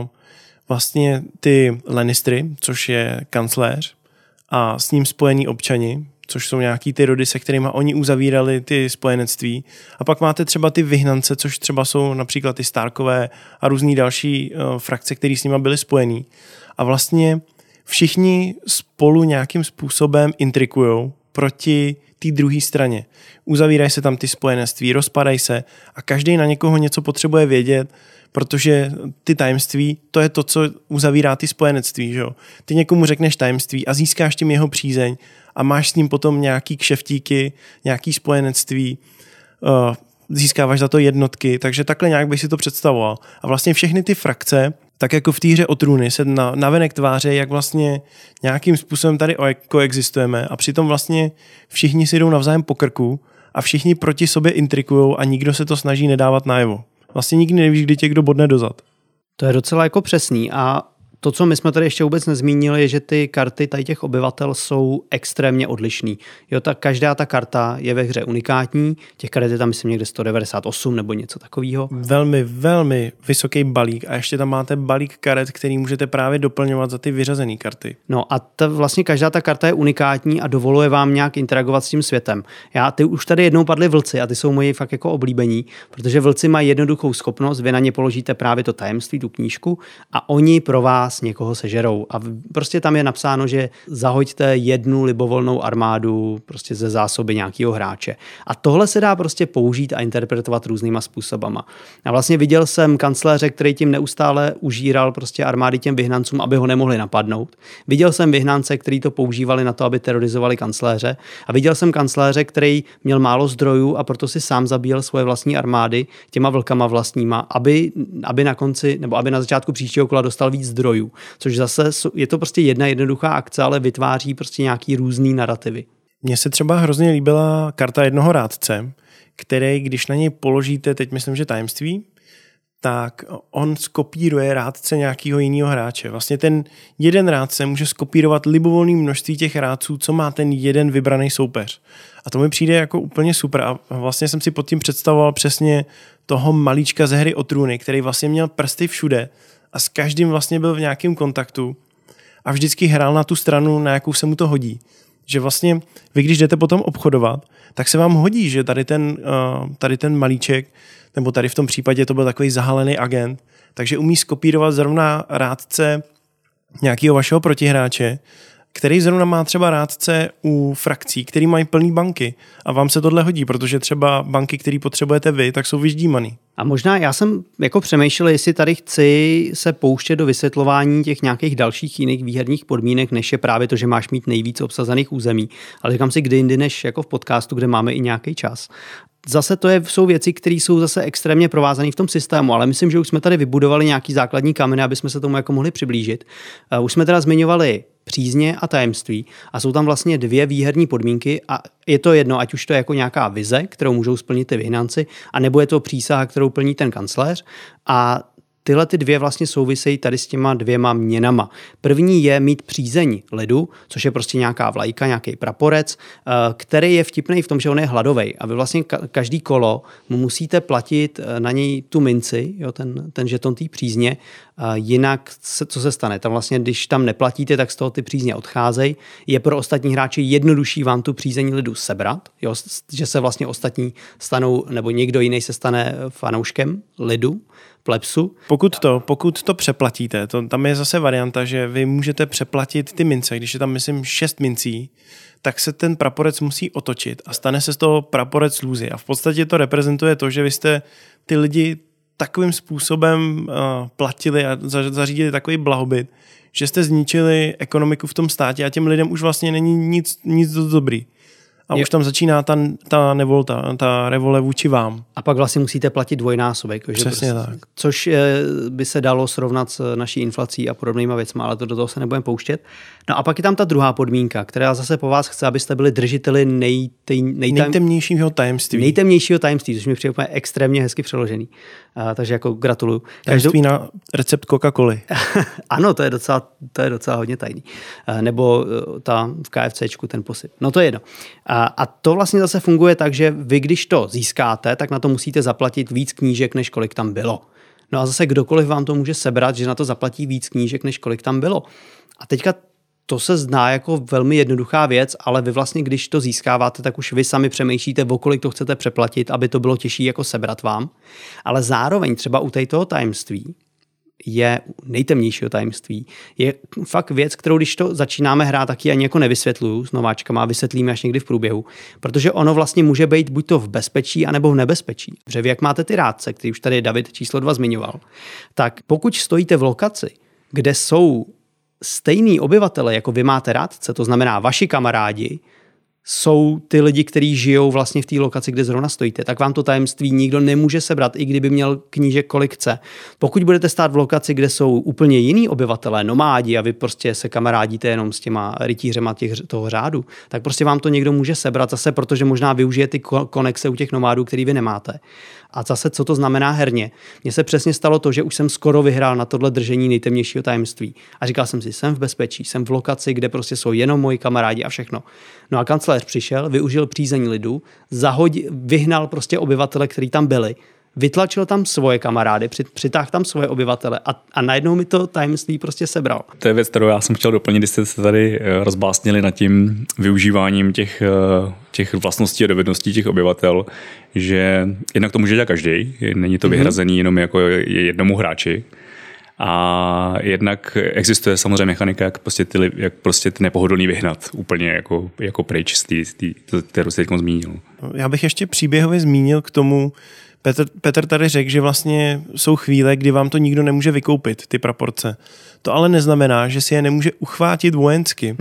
vlastně ty Lannistry, což je kancléř a s ním spojení občani, což jsou nějaký ty rody, se kterými oni uzavírali ty spojenectví. A pak máte třeba ty vyhnance, což třeba jsou například ty Starkové a různý další frakce, které s nimi byly spojený. A vlastně všichni spolu nějakým způsobem intrikujou, proti té druhé straně. Uzavírají se tam ty spojenectví, rozpadají se a každý na někoho něco potřebuje vědět, protože ty tajemství, to je to, co uzavírá ty spojenectví. Že? Ty někomu řekneš tajemství a získáš tím jeho přízeň a máš s ním potom nějaký kšeftíky, nějaký spojenectví, získáváš za to jednotky, takže takhle nějak bych si to představoval. A vlastně všechny ty frakce, tak jako v té hře o trůny, se navenek tváře, jak vlastně nějakým způsobem tady koexistujeme a přitom vlastně všichni si jdou navzájem po krku a všichni proti sobě intrikujou a nikdo se to snaží nedávat najevo. Vlastně nikdy nevíš, kdy tě kdo bodne dozad. To je docela jako přesný a to, co my jsme tady ještě vůbec nezmínili, je, že ty karty tady těch obyvatel jsou extrémně odlišný. Jo, každá ta karta je ve hře unikátní, těch karet je tam myslím někde 198 nebo něco takového. Velmi, velmi vysoký balík a ještě tam máte balík karet, který můžete právě doplňovat za ty vyřazené karty. No a vlastně každá ta karta je unikátní a dovoluje vám nějak interagovat s tím světem. Ty už tady jednou padly vlci a ty jsou moji fakt jako oblíbení, protože vlci mají jednoduchou schopnost, vy na ně položíte právě to tajemství, tu knížku a oni pro vás někoho sežerou. A prostě tam je napsáno, že zahoďte jednu libovolnou armádu prostě ze zásoby nějakého hráče. A tohle se dá prostě použít a interpretovat různýma způsobama. A vlastně viděl jsem kancléře, který tím neustále užíral prostě armády těm vyhnancům, aby ho nemohli napadnout. Viděl jsem vyhnance, kteří to používali na to, aby terorizovali kancléře. A viděl jsem kancléře, který měl málo zdrojů a proto si sám zabíjel svoje vlastní armády těma vlkama vlastníma, aby na konci nebo aby na začátku příštího kola dostal víc zdrojů. Což zase je to prostě jedna jednoduchá akce, ale vytváří prostě nějaký různý narrativy. Mně se třeba hrozně líbila karta jednoho rádce, který, když na něj položíte, teď myslím, že tajemství, tak on skopíruje rádce nějakého jiného hráče. Vlastně ten jeden rádce může skopírovat libovolné množství těch rádců, co má ten jeden vybraný soupeř. A to mi přijde jako úplně super. A vlastně jsem si pod tím představoval přesně toho malíčka ze hry o trůny, který vlastně měl prsty všude a s každým vlastně byl v nějakém kontaktu a vždycky hrál na tu stranu, na jakou se mu to hodí. Že vlastně vy, když jdete potom obchodovat, tak se vám hodí, že tady ten malíček, nebo tady v tom případě to byl takový zahalený agent, takže umí skopírovat zrovna rádce nějakého vašeho protihráče, který zrovna má třeba rádce u frakcí, který mají plný banky a vám se tohle hodí, protože třeba banky, které potřebujete vy, tak jsou vyždímaný. A možná já jsem jako přemýšlel, jestli tady chci se pouštět do vysvětlování těch nějakých dalších jiných výherních podmínek, než je právě to, že máš mít nejvíc obsazených území. Ale říkám si, kdy jindy, než jako v podcastu, kde máme i nějaký čas. Zase jsou věci, které jsou zase extrémně provázané v tom systému, ale myslím, že už jsme tady vybudovali nějaký základní kameny, aby jsme se tomu jako mohli přiblížit. Už jsme teda zmiňovali přízně a tajemství a jsou tam vlastně dvě výherní podmínky a je to jedno, ať už to je jako nějaká vize, kterou můžou splnit ty vyhnanci, a nebo je to přísaha, kterou plní ten kancléř, a tyhle ty dvě vlastně souvisejí tady s těma dvěma měnama. První je mít přízeň lidu, což je prostě nějaká vlajka, nějaký praporec, který je vtipný v tom, že on je hladovej. A vy vlastně každý kolo mu musíte platit na něj tu minci, jo, ten žeton té přízně, jinak co se stane? Tam vlastně, když tam neplatíte, tak z toho ty přízně odcházejí. Je pro ostatní hráči jednodušší vám tu přízeň lidu sebrat, jo, že se vlastně ostatní stanou, nebo někdo jiný se stane fanouškem lidu, plebsu. Pokud to přeplatíte, tam je zase varianta, že vy můžete přeplatit ty mince. Když je tam, myslím, 6 mincí, tak se ten praporec musí otočit a stane se z toho praporec lůzy. A v podstatě to reprezentuje to, že vy jste ty lidi takovým způsobem platili a zařídili takový blahobyt, že jste zničili ekonomiku v tom státě a těm lidem už vlastně není nic dost dobrý. A už tam začíná ta nevolta, ta revole vůči vám. A pak vlastně musíte platit dvojnásobek. Přesně tak. Což by se dalo srovnat s naší inflací a podobnýma věcma, ale do toho se nebudeme pouštět. No a pak je tam ta druhá podmínka, která zase po vás chce, abyste byli držiteli nejtemnějšího tajemství. Nejtemnějšího tajemství, což mi přijde úplně extrémně hezky přeložený. Takže jako gratuluju. Tajemství na recept Coca-Coly. Ano, to je docela hodně tajný. Nebo v KFCčku ten posyp. No to je jedno. A to vlastně zase funguje tak, že vy, když to získáte, tak na to musíte zaplatit víc knížek, než kolik tam bylo. No a zase kdokoliv vám to může sebrat, že na to zaplatí víc knížek, než kolik tam bylo. A teďka to se zná jako velmi jednoduchá věc, ale vy vlastně, když to získáváte, tak už vy sami přemýšlíte, o kolik to chcete přeplatit, aby to bylo těžší jako sebrat vám. Ale zároveň třeba u toho tajemství je nejtemnějšího tajemství, je fakt věc, kterou když to začínáme hrát, taky ani jako nevysvětluju s nováčkama, vysvětlíme až někdy v průběhu, protože ono vlastně může být buď to v bezpečí, anebo v nebezpečí. Protože vy, jak máte ty rádce, který už tady David číslo 2 zmiňoval, tak pokud stojíte v lokaci, kde jsou stejný obyvatele, jako vy máte rádce, to znamená vaši kamarádi, jsou ty lidi, kteří žijou vlastně v té lokaci, kde zrovna stojíte, tak vám to tajemství nikdo nemůže sebrat, i kdyby měl knížek kolik chce. Pokud budete stát v lokaci, kde jsou úplně jiný obyvatelé, nomádi a vy prostě se kamarádíte jenom s těma rytířema toho řádu, tak prostě vám to někdo může sebrat zase, protože možná využije ty konexe u těch nomádů, který vy nemáte. A zase, co to znamená herně? Mně se přesně stalo to, že už jsem skoro vyhrál na tohle držení nejtemnějšího tajemství. A říkal jsem si, jsem v bezpečí, jsem v lokaci, kde prostě jsou jenom moji kamarádi a všechno. No a kancléř přišel, využil přízeň lidu, vyhnal prostě obyvatele, kteří tam byli, vytlačil tam svoje kamarády, přitáhl tam svoje obyvatele a najednou mi to tajemství prostě sebral. To je věc, kterou já jsem chtěl doplnit, když jste se tady rozbásnili nad tím využíváním těch vlastností a dovedností těch obyvatel, že jednak to může dělat každý, není to vyhrazený jenom jako jednomu hráči. A jednak existuje samozřejmě mechanika, jak prostě ty nepohodlný vyhnat úplně jako pryč z kterou jste teď zmínil. Já bych ještě příběhově zmínil k tomu, Petr tady řekl, že vlastně jsou chvíle, kdy vám to nikdo nemůže vykoupit, ty praporce. To ale neznamená, že si je nemůže uchvátit vojensky.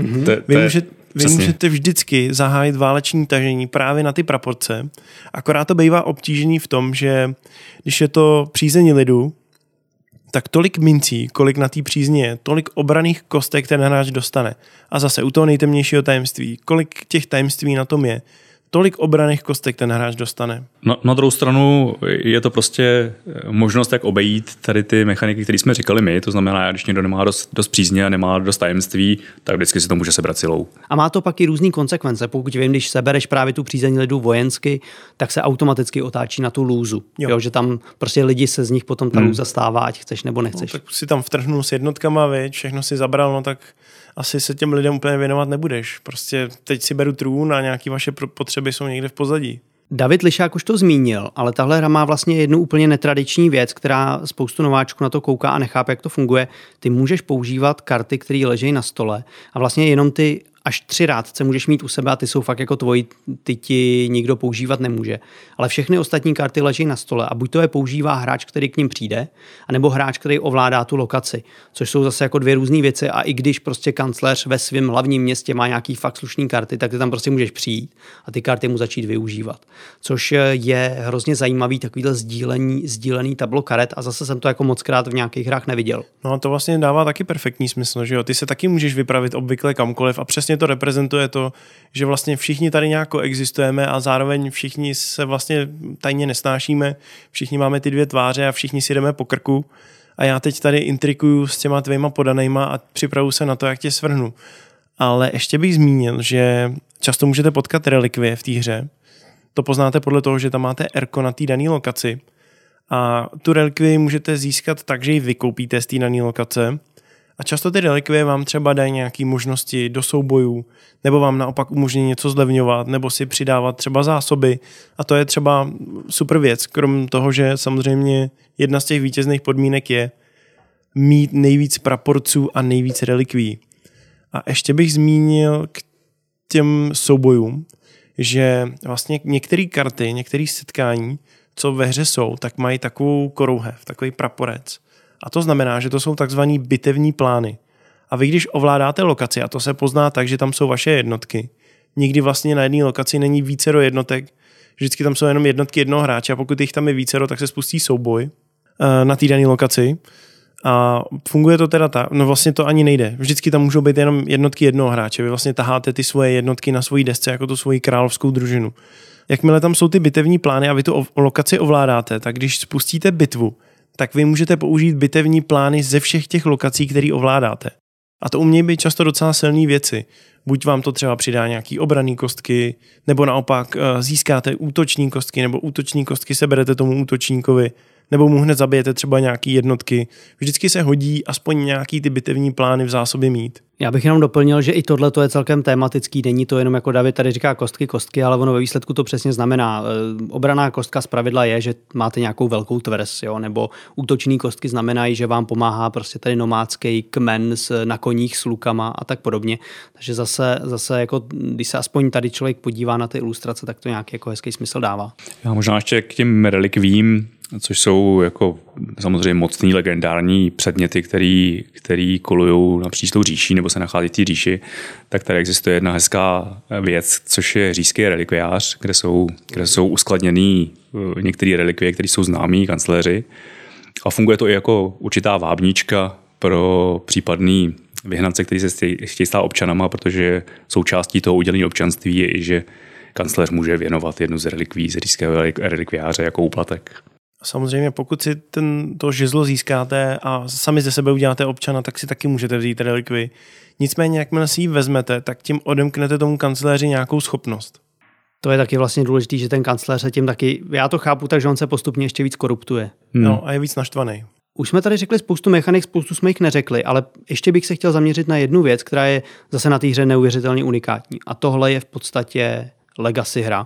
Vy můžete vždycky zahájit váleční tažení právě na ty praporce, akorát to bývá obtížený v tom, že když je to přízeň lidu, tak tolik mincí, kolik na té přízni je, tolik obraných kostek ten hráč dostane. A zase u toho nejtemnějšího tajemství, kolik těch tajemství na tom je, tolik obraných kostek ten hráč dostane. No, na druhou stranu je to prostě možnost, jak obejít tady ty mechaniky, které jsme říkali my. To znamená, když někdo nemá dost přízně a nemá dost tajemství, tak vždycky si to může sebrat silou. A má to pak i různý konsekvence. Pokud vím, když sebereš právě tu přízeň lidu vojensky, tak se automaticky otáčí na tu lůzu. Jo, že tam prostě lidi se z nich potom ta lůza stává, ať chceš nebo nechceš. No, tak si tam vtrhnul s jednotkama, všechno si zabral, no tak asi se těm lidem úplně věnovat nebudeš. Prostě teď si beru trůn a nějaký vaše potřeby jsou někde v pozadí. David Lišák už to zmínil, ale tahle hra má vlastně jednu úplně netradiční věc, která spoustu nováčků na to kouká a nechápe, jak to funguje. Ty můžeš používat karty, které leží na stole a vlastně jenom ty až 3 rádce můžeš mít u sebe a ty jsou fakt jako tvoji, ty ti nikdo používat nemůže. Ale všechny ostatní karty leží na stole a buď to je používá hráč, který k ním přijde, anebo hráč, který ovládá tu lokaci, což jsou zase jako 2 různé věci a i když prostě kancléř ve svém hlavním městě má nějaký fakt slušný karty, tak ty tam prostě můžeš přijít a ty karty mu začít využívat. Což je hrozně zajímavý takovýhle sdílený tablo karet a zase jsem to jako mockrát v nějakých hrách neviděl. No a to vlastně dává taky perfektní smysl, že jo? Ty se taky můžeš vypravit obvykle kamkoliv a přesně to reprezentuje to, že vlastně všichni tady nějak existujeme a zároveň všichni se vlastně tajně nesnášíme, všichni máme ty 2 tváře a všichni si jdeme po krku a já teď tady intrikuju s těma tvýma podanejma a připravuju se na to, jak tě svrhnu. Ale ještě bych zmínil, že často můžete potkat relikvie v té hře. To poznáte podle toho, že tam máte erko na té dané lokaci a tu relikvii můžete získat tak, že ji vykoupíte z té dané lokace. A často ty relikvie vám třeba dají nějaké možnosti do soubojů, nebo vám naopak umožní něco zlevňovat, nebo si přidávat třeba zásoby. A to je třeba super věc, krom toho, že samozřejmě jedna z těch vítězných podmínek je mít nejvíc praporců a nejvíc relikví. A ještě bych zmínil k těm soubojům, že vlastně některé karty, některé setkání, co ve hře jsou, tak mají takovou korouhev, takový praporec. A to znamená, že to jsou takzvaný bitevní plány. A vy, když ovládáte lokaci, a to se pozná tak, že tam jsou vaše jednotky, nikdy vlastně na jedné lokaci není vícero jednotek, vždycky tam jsou jenom jednotky jednoho hráče a pokud jich tam je vícero, tak se spustí souboj na té dané lokaci. A funguje to teda tak, no vlastně to ani nejde. Vždycky tam můžou být jenom jednotky jednoho hráče. Vy vlastně taháte ty svoje jednotky na svojí desce jako tu svoji královskou družinu. Jakmile tam jsou ty bitevní plány a vy tu lokaci ovládáte, tak když spustíte bitvu, tak vy můžete použít bitevní plány ze všech těch lokací, které ovládáte. A to umějí být často docela silné věci. Buď vám to třeba přidá nějaký obranný kostky, nebo naopak získáte útoční kostky, nebo útoční kostky seberete tomu útočníkovi, nebo mu hned zabijete třeba nějaký jednotky. Vždycky se hodí aspoň nějaký ty bitevní plány v zásobě mít. Já bych jenom doplnil, že i tohle to je celkem tematický, není to jenom jako David tady říká kostky, ale ono ve výsledku to přesně znamená. Obranná kostka zpravidla je, že máte nějakou velkou tvrz, jo? Nebo útoční kostky znamenají, že vám pomáhá prostě tady nomádský kmen na koních s lukama a tak podobně. Takže zase jako, když se aspoň tady člověk podívá na ty ilustrace, tak to nějaký jako hezký smysl dává. Já možná ještě k těm relikvím, což jsou jako samozřejmě mocný legendární předměty, který kolují napříč tou říší nebo se nachází v té říši, tak tady existuje jedna hezká věc, což je říšský relikviář, kde jsou uskladněný některé relikvie, které jsou známí kancléři a funguje to i jako určitá vábnička pro případný vyhnance, kteří se chtějí stát občanama, protože součástí toho udělení občanství je i, že kancléř může věnovat jednu z relikví z říšského relikviáře jako úplatek. Samozřejmě, pokud si to žezlo získáte a sami ze sebe uděláte občana, tak si taky můžete vzít relikvii. Nicméně, jakmile si ji vezmete, tak tím odemknete tomu kancléři nějakou schopnost. To je taky vlastně důležité, že ten kancléř se tím taky, já to chápu tak, že on se postupně ještě víc koruptuje. No a je víc naštvaný. Už jsme tady řekli spoustu mechanik, spoustu jsme jich neřekli, ale ještě bych se chtěl zaměřit na jednu věc, která je zase na té hře neuvěřitelně unikátní. A tohle je v podstatě legacy hra.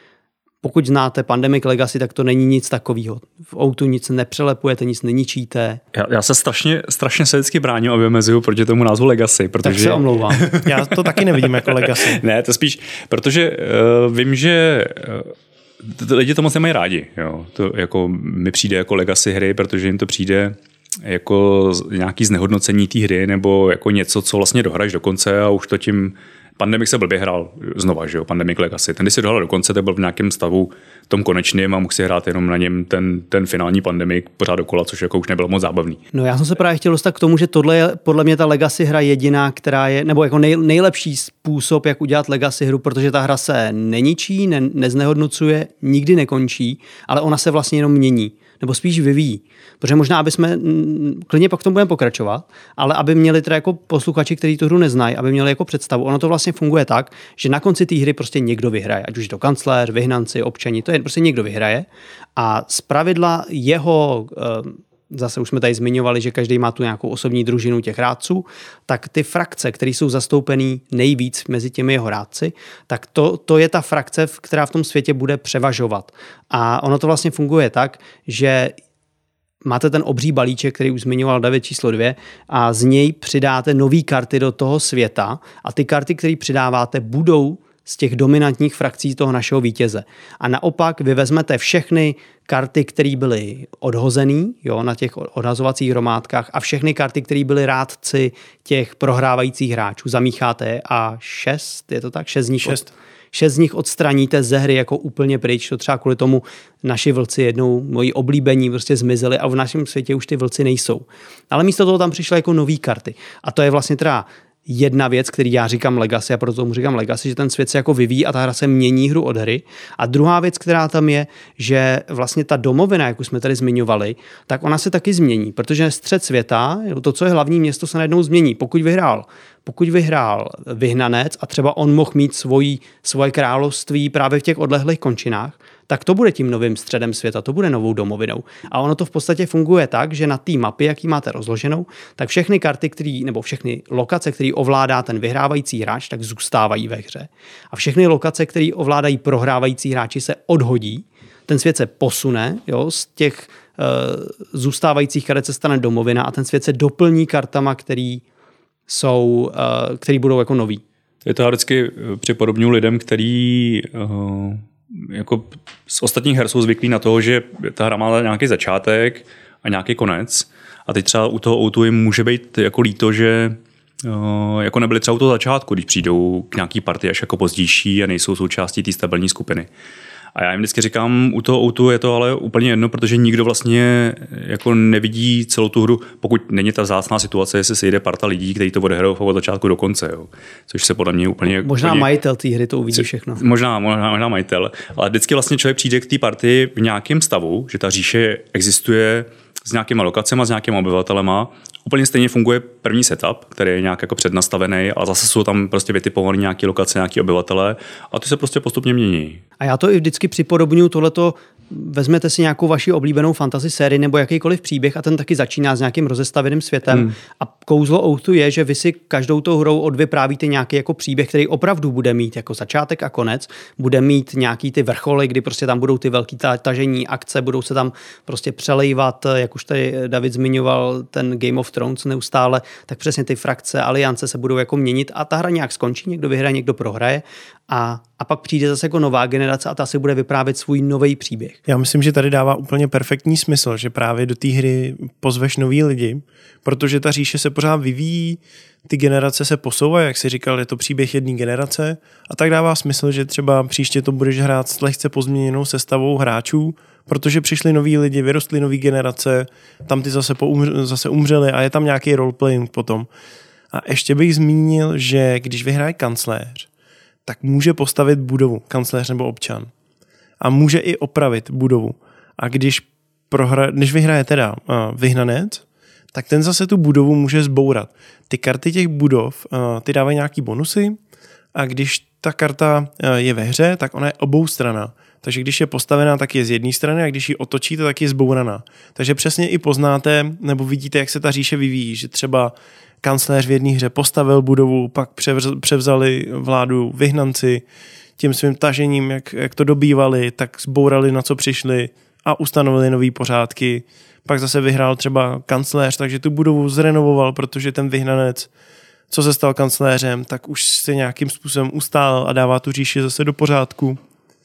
Pokud znáte Pandemic Legacy, tak to není nic takového. V O2 nic nepřelepujete, nic neničíte. Já se strašně se vždycky bráním a vymezuju proti tomu názvu Legacy, protože... Tak se omlouvám. Já to taky nevidím jako Legacy. Ne, to spíš, protože vím, že lidi to moc nemají rádi. Jo. To jako mi přijde jako Legacy hry, protože jim to přijde jako nějaký znehodnocení té hry nebo jako něco, co vlastně dohraješ do konce a už to tím... Pandemic se blbě hrál znova, že jo, Pandemic Legacy. Ten, když si dohrál do konce, tak byl v nějakém stavu tom konečným a mohl si hrát jenom na něm ten finální Pandemic pořád dokola, což jako už nebylo moc zábavný. No já jsem se právě chtěl dostat k tomu, že tohle je podle mě ta Legacy hra jediná, která je, nebo jako nejlepší způsob, jak udělat Legacy hru, protože ta hra se neničí, neznehodnocuje, nikdy nekončí, ale ona se vlastně jenom mění. Nebo spíš vyvíjí. Protože možná, aby jsme, klidně pak v tom budeme pokračovat, ale aby měli teda jako posluchači, kteří tu hru neznají, aby měli jako představu. Ono to vlastně funguje tak, že na konci té hry prostě někdo vyhraje. Ať už to kancléř, vyhnanci, občani, to je prostě někdo vyhraje. A zpravidla jeho, zase už jsme tady zmiňovali, že každý má tu nějakou osobní družinu těch rádců, tak ty frakce, které jsou zastoupený nejvíc mezi těmi jeho rádci, tak to je ta frakce, která v tom světě bude převažovat. A ono to vlastně funguje tak, že máte ten obří balíček, který už zmiňoval David číslo 2 a z něj přidáte nový karty do toho světa a ty karty, které přidáváte, budou z těch dominantních frakcí toho našeho vítěze. A naopak vy vezmete všechny karty, které byly odhozený, jo, na těch odhazovacích hromádkách a všechny karty, které byly rádci těch prohrávajících hráčů. Zamícháte je a 6, je to tak? 6 z nich odstraníte ze hry jako úplně pryč. To třeba kvůli tomu naši vlci jednou, moji oblíbení, prostě zmizeli a v našem světě už ty vlci nejsou. Ale místo toho tam přišly jako nový karty. A to je vlastně teda jedna věc, který já říkám Legacy a proto tomu říkám Legacy, že ten svět se jako vyvíjí a ta hra se mění hru od hry. A druhá věc, která tam je, že vlastně ta domovina, jak už jsme tady zmiňovali, tak ona se taky změní, protože střed světa, to, co je hlavní město, se najednou změní. Pokud vyhrál vyhnanec a třeba on mohl mít svoje království právě v těch odlehlých končinách, tak to bude tím novým středem světa, to bude novou domovinou. A ono to v podstatě funguje tak, že na té mapě, jak ji máte rozloženou, tak všechny karty, nebo všechny lokace, které ovládá ten vyhrávající hráč, tak zůstávají ve hře. A všechny lokace, které ovládají prohrávající hráči, se odhodí. Ten svět se posune, jo, z těch zůstávajících karet se stane domovina a ten svět se doplní kartama, který budou jako nový. Je to já vždycky připodobňuji lidem, který jako z ostatních her jsou zvyklí na to, že ta hra má nějaký začátek a nějaký konec. A teď třeba u toho O2 jim může být jako líto, že jako nebyli třeba u toho začátku, když přijdou k nějaký partii až jako pozdější a nejsou součástí té stabilní skupiny. A já jim vždycky říkám, u toho O2 je to ale úplně jedno, protože nikdo vlastně jako nevidí celou tu hru, pokud není ta vzácná situace, jestli se jde parta lidí, kteří to odehrajou od začátku do konce. Jo. Což se podle mě úplně... Možná majitel té hry to uvidí všechno. Možná majitel. Ale vždycky vlastně člověk přijde k té partii v nějakém stavu, že ta říše existuje s nějakýma lokacemi, s nějakými obyvatelema. Úplně stejně funguje první setup, který je nějak jako přednastavený, ale zase jsou tam prostě vytipované nějaké lokace, nějaké obyvatele a ty se prostě postupně mění. A já to i vždycky připodobňuji tohleto vezmete si nějakou vaši oblíbenou fantasy sérii nebo jakýkoliv příběh a ten taky začíná s nějakým rozestavěným světem. A kouzlo Outu je, že vy si každou tou hrou odvyprávíte nějaký jako příběh, který opravdu bude mít jako začátek a konec, bude mít nějaký ty vrcholy, kdy prostě tam budou ty velký tažení akce, budou se tam prostě přelejvat, jak už tady David zmiňoval, ten Game of Thrones neustále, tak přesně ty frakce, aliance se budou jako měnit a ta hra nějak skončí, někdo vyhraje, někdo prohraje a pak přijde zase jako nová generace a ta si bude vyprávět svůj nový příběh. Já myslím, že tady dává úplně perfektní smysl, že právě do té hry pozveš nový lidi, protože ta říše se pořád vyvíjí, ty generace se posouvají, jak jsi říkal, je to příběh jedné generace a tak dává smysl, že třeba příště to budeš hrát s lehce pozměněnou sestavou hráčů, protože přišli noví lidi, vyrostly nový generace, tam ty zase umřeli a je tam nějaký roleplaying potom. A ještě bych zmínil, že když vyhraje kancléř, tak může postavit budovu, kancléř nebo občan. A může i opravit budovu. A když vyhraje teda vyhnanec, tak ten zase tu budovu může zbourat. Ty karty těch budov, ty dávají nějaký bonusy a když ta karta je ve hře, tak ona je oboustranná. Takže když je postavená, tak je z jedné strany a když ji otočíte, tak je zbouraná. Takže přesně i poznáte nebo vidíte, jak se ta říše vyvíjí, že třeba kancléř v jedné hře postavil budovu, pak převzali vládu vyhnanci tím svým tažením, jak to dobývali, tak zbourali, na co přišli a ustanovili nový pořádky. Pak zase vyhrál třeba kancléř, takže tu budovu zrenovoval, protože ten vyhnanec, co se stal kancléřem, tak už se nějakým způsobem ustál a dává tu říši zase do pořádku.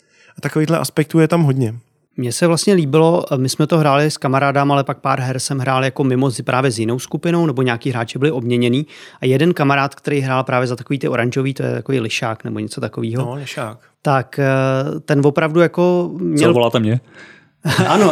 A takovýchhle aspektů je tam hodně. Mně se vlastně líbilo, my jsme to hráli s kamarádem, ale pak pár her jsem hrál jako mimo právě s jinou skupinou, nebo nějaký hráči byli obměněný. A jeden kamarád, který hrál právě za takový ty oranžový, to je takový lišák nebo něco takového. No, lišák. Tak ten opravdu jako měl... Co voláte mě? Ano.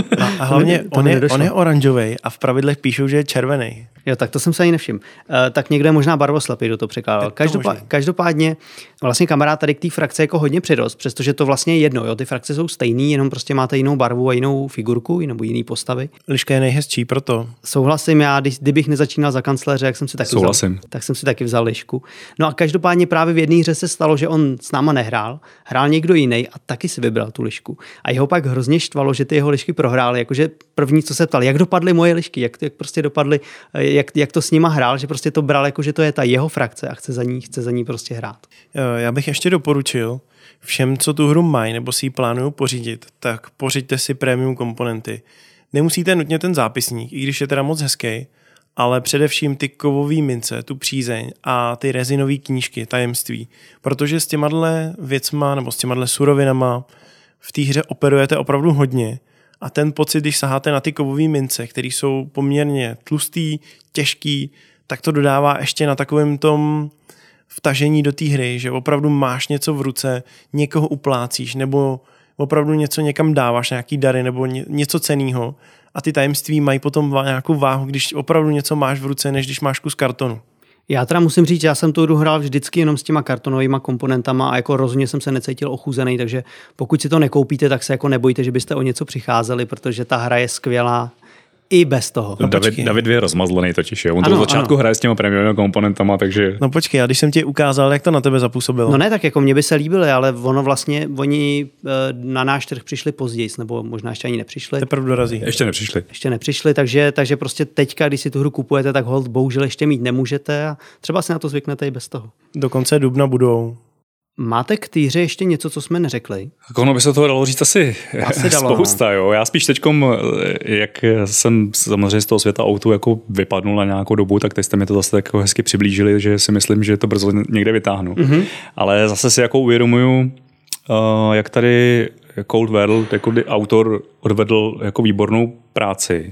A hlavně on je oranžový a v pravidlech píšou, že je červený. Jo, tak to jsem se ani nevšiml. Tak někdo je možná barvoslepý, kdo to překládal. Každopádně vlastně kamarád tady k té frakce jako hodně přirost, přestože to vlastně je jedno. Jo? Ty frakce jsou stejný, jenom prostě máte jinou barvu a jinou figurku, nebo jiný postavy. Liška je nejhezčí, proto. Souhlasím, já kdybych nezačínal za kancléře, jak jsem si taky tak jsem si taky vzal lišku. No a každopádně právě v jedné hře se stalo, že on s náma nehrál, hrál někdo jiný a taky si vybral tu lišku. A jeho pak hrozně štvalo, že ty jeho lišky prohrály, jakože první, co se ptal, jak dopadly moje lišky, jak prostě dopadly, jak to s nima hrál, že prostě to bral jako, že to je ta jeho frakce a chce za ní prostě hrát. Já bych ještě doporučil všem, co tu hru mají nebo si ji plánují pořídit, tak pořiďte si premium komponenty. Nemusíte nutně ten zápisník, i když je teda moc hezký, ale především ty kovové mince, tu přízeň a ty rezinové knížky, tajemství. Protože s těmahle věcma nebo s těmahle surovinama v té hře operujete opravdu hodně. A ten pocit, když saháte na ty kovové mince, které jsou poměrně tlustý, těžký, tak to dodává ještě na takovém tom vtažení do té hry, že opravdu máš něco v ruce, někoho uplácíš, nebo opravdu něco někam dáváš, nějaký dary, nebo něco cenného. A ty tajemství mají potom nějakou váhu, když opravdu něco máš v ruce, než když máš kus kartonu. Já teda musím říct, já jsem tu hru hrál vždycky jenom s těma kartonovými komponentama a jako rozhodně jsem se necítil ochuzený, takže pokud si to nekoupíte, tak se jako nebojte, že byste o něco přicházeli, protože ta hra je skvělá i bez toho. No, David je rozmazlený totiž, jo. On to od začátku hraje s těma premium komponentama, takže... No počkej, a když jsem ti ukázal, jak to na tebe zapůsobilo? No ne, tak jako mě by se líbily, ale oni na náš trh přišli později, nebo možná ještě ani nepřišli. Teprve dorazí. Ještě nepřišli, takže prostě teďka, když si tu hru kupujete, tak hold bohužel ještě mít nemůžete a třeba si na to zvyknete i bez toho. Do konce dubna budou. Máte k té hře ještě něco, co jsme neřekli? Ono by se toho dalo říct asi spousta. Jo. Já spíš teďkom, jak jsem samozřejmě z toho světa Outu jako vypadnul na nějakou dobu, tak teď jste mi to zase jako hezky přiblížili, že si myslím, že to brzo někde vytáhnu. Mm-hmm. Ale zase si jako uvědomuju, jak tady Cold World, jako autor odvedl jako výbornou práci.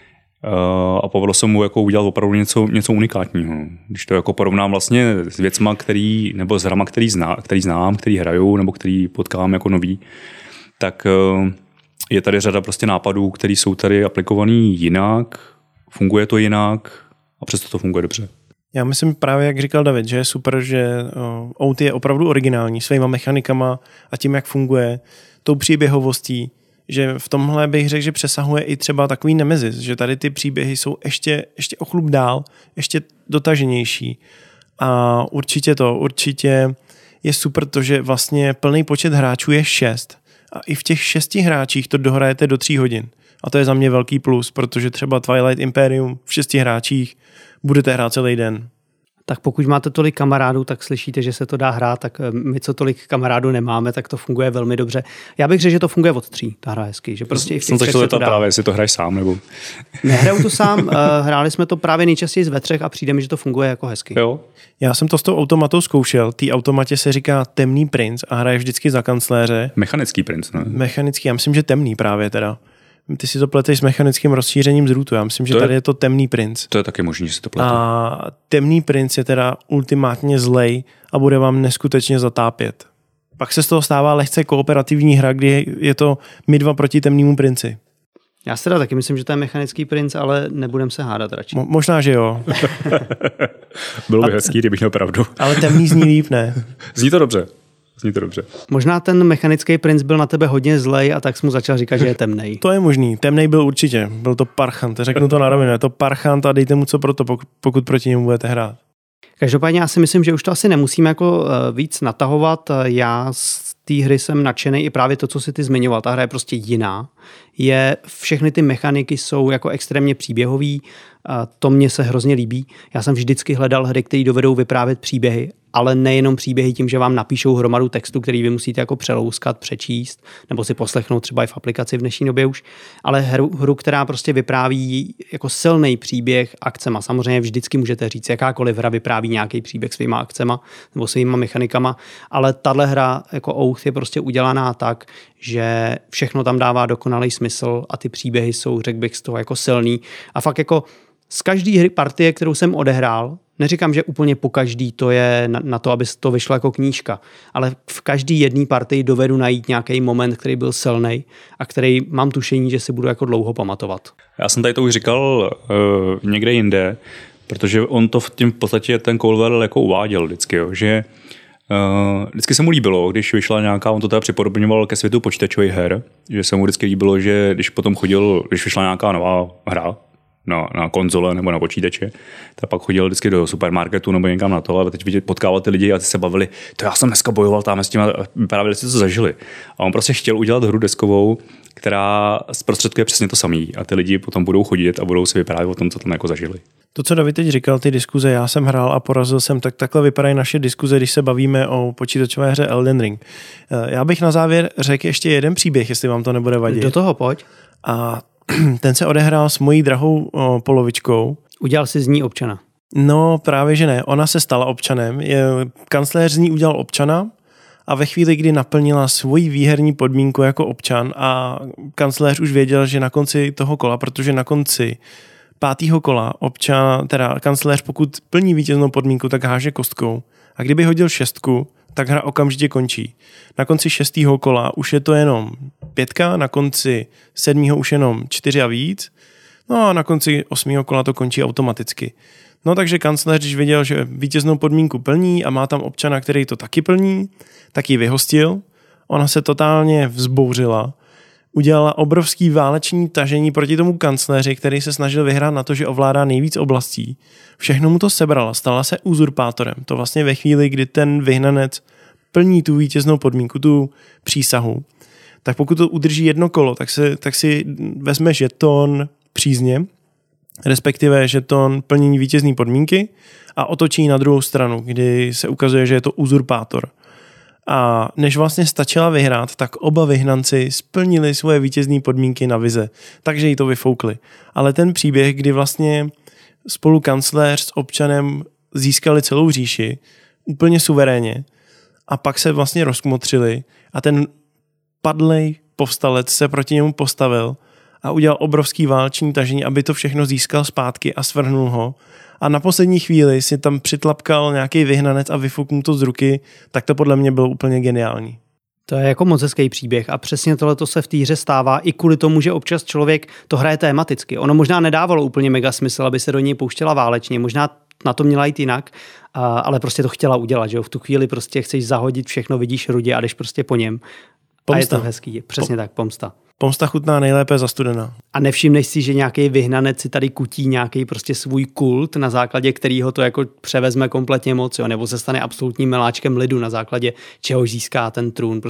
A povedlo se mu jako udělat opravdu něco unikátního. Když to jako porovnám vlastně s věcma, nebo s hrama, který znám, který hraju, nebo který potkám jako nový, tak je tady řada prostě nápadů, které jsou tady aplikovaný jinak, funguje to jinak a přesto to funguje dobře. Já myslím právě, jak říkal David, že je super, že Out je opravdu originální svýma mechanikama a tím, jak funguje, tou příběhovostí, že v tomhle bych řekl, že přesahuje i třeba takový Nemezis, že tady ty příběhy jsou ještě o chlup dál, ještě dotaženější. A určitě je super to, že vlastně plný počet hráčů je 6 A i v těch 6 hráčích to dohrajete do 3 hodin. A to je za mě velký plus, protože třeba Twilight Imperium v 6 hráčích budete hrát celý den. Tak pokud máte tolik kamarádů, tak slyšíte, že se to dá hrát, tak my, co tolik kamarádů nemáme, tak to funguje velmi dobře. Já bych řekl, že to funguje od 3, ta hra hezky, že prostě i v těch 3 se to dá. Právě, jestli to hraješ sám, nebo... Nehraju to sám, hráli jsme to právě nejčastěji ve 3 a přijde mi, že to funguje jako hezky. Jo. Já jsem to s tou automatou zkoušel, té automatě se říká Temný princ a hraje vždycky za kancléře. Mechanický princ, ne? Mechanický, já myslím, že temný právě teda. Ty si to pleteš s mechanickým rozšířením z rootu. Já myslím, že tady je to Temný princ. To je taky možný, že si to plete. A Temný princ je teda ultimátně zlej a bude vám neskutečně zatápět. Pak se z toho stává lehce kooperativní hra, kdy je to my 2 proti Temnému princi. Já si teda taky myslím, že to je mechanický princ, ale nebudem se hádat radši. Možná, že jo. Bylo by hezký, kdybych měl pravdu. Ale temný zní líp, ne? Zní to dobře. Možná ten mechanický princ byl na tebe hodně zlej a tak jsi mu začal říkat, že je temnej. To je možný. Temnej byl určitě. Byl to parchant. Řeknu to na rovinu. Je to parchant a dejte mu co pro to, pokud proti němu budete hrát. Každopádně já si myslím, že už to asi nemusíme jako víc natahovat. Já z té hry jsem nadšený i právě to, co si ty zmiňoval. Ta hra je prostě jiná. Všechny ty mechaniky jsou jako extrémně příběhový. To mně se hrozně líbí. Já jsem vždycky hledal hry, které dovedou vyprávět příběhy, ale nejenom příběhy tím, že vám napíšou hromadu textu, který vy musíte jako přelouskat, přečíst, nebo si poslechnout třeba i v aplikaci v dnešní době už, ale hru, která prostě vypráví jako silný příběh akcema. Samozřejmě vždycky můžete říct, jakákoliv hra vypráví nějaký příběh svýma akcema nebo svýma mechanikama, ale tahle hra jako Oath je prostě udělaná tak, že všechno tam dává dokonalý smysl a ty příběhy jsou, řekl bych, z toho jako silný. A fakt jako z každé hry partie, kterou jsem odehrál, neříkám, že úplně po každý to je na to, aby to vyšlo jako knížka, ale v každý jedné partii dovedu najít nějaký moment, který byl silnej a který mám tušení, že si budu jako dlouho pamatovat. Já jsem tady to už říkal někde jinde, protože on to v podstatě ten Colwell jako uváděl vždycky, jo, že vždycky se mu líbilo, když vyšla nějaká, on to teda připodobňoval ke světu počítačových her, že se mu vždycky líbilo, že když potom chodil, když vyšla nějaká nová hra, na konzole nebo na počítače, tak pak chodil vždycky do supermarketu nebo někam na to a teď potkával ty lidi a ty se bavili, to já jsem dneska bojoval tam s tím a právě si to zažili. A on prostě chtěl udělat hru deskovou, která zprostředkuje přesně to samý a ty lidi potom budou chodit a budou si vyprávět o tom, co tam jako zažili. To, co David teď říkal, ty diskuze, já jsem hrál a porazil jsem, tak takhle vypadají naše diskuze, když se bavíme o počítačové hře Elden Ring. Já bych na závěr řekl ještě jeden příběh, jestli vám to nebude vadit. Do toho pojď. A ten se odehrál s mojí drahou polovičkou. Udělal si z ní občana? No právě, že ne. Ona se stala občanem. Kancléř z ní udělal občana a ve chvíli, kdy naplnila svoji výherní podmínku jako občan a kancléř už věděl, že na konci toho kola, protože na konci 5. kola kancléř, pokud plní vítěznou podmínku, tak háže kostkou. A kdyby hodil 6, tak hra okamžitě končí. Na konci 6. kola už je to jenom 5, na konci 7. už jenom 4 a víc, no a na konci 8. kola to končí automaticky. No takže kancléř, když věděl, že vítěznou podmínku plní a má tam občana, který to taky plní, tak ji vyhostil. Ona se totálně vzbouřila, udělala obrovský váleční tažení proti tomu kancléři, který se snažil vyhrát na to, že ovládá nejvíc oblastí. Všechno mu to sebrala, stala se uzurpátorem. To vlastně ve chvíli, kdy ten vyhnanec plní tu vítěznou podmínku, tu přísahu, tak pokud to udrží 1 kolo, tak si vezme žeton přízně, respektive žeton plnění vítězné podmínky a otočí na druhou stranu, kdy se ukazuje, že je to uzurpátor. A než vlastně stačila vyhrát, tak oba vyhnanci splnili svoje vítězné podmínky na vize, takže jí to vyfoukli. Ale ten příběh, kdy vlastně spolu kancléř s občanem získali celou říši úplně suverénně a pak se vlastně rozkmotřili a ten padlej povstalec se proti němu postavil a udělal obrovský váleční tažení, aby to všechno získal zpátky a svrhnul ho. A na poslední chvíli si tam přitlapkal nějaký vyhnanec a vyfuknul to z ruky, tak to podle mě bylo úplně geniální. To je jako moc hezký příběh a přesně tohleto se v té hře stává i kvůli tomu, že občas člověk to hraje tematicky. Ono možná nedávalo úplně mega smysl, aby se do něj pouštěla válečně, možná na to měla jít jinak, ale prostě to chtěla udělat, že jo? V tu chvíli prostě chceš zahodit všechno, vidíš rudě a jdeš prostě po něm. Pomsta. A je to hezký, přesně tak, pomsta. Pomsta chutná nejlépe zastudená. A nevšimneš si, že nějaký vyhnanec si tady kutí nějaký prostě svůj kult, na základě kterého to jako převezme kompletně moc, jo? Nebo se stane absolutním miláčkem lidu, na základě čeho získá ten trůn. Prostě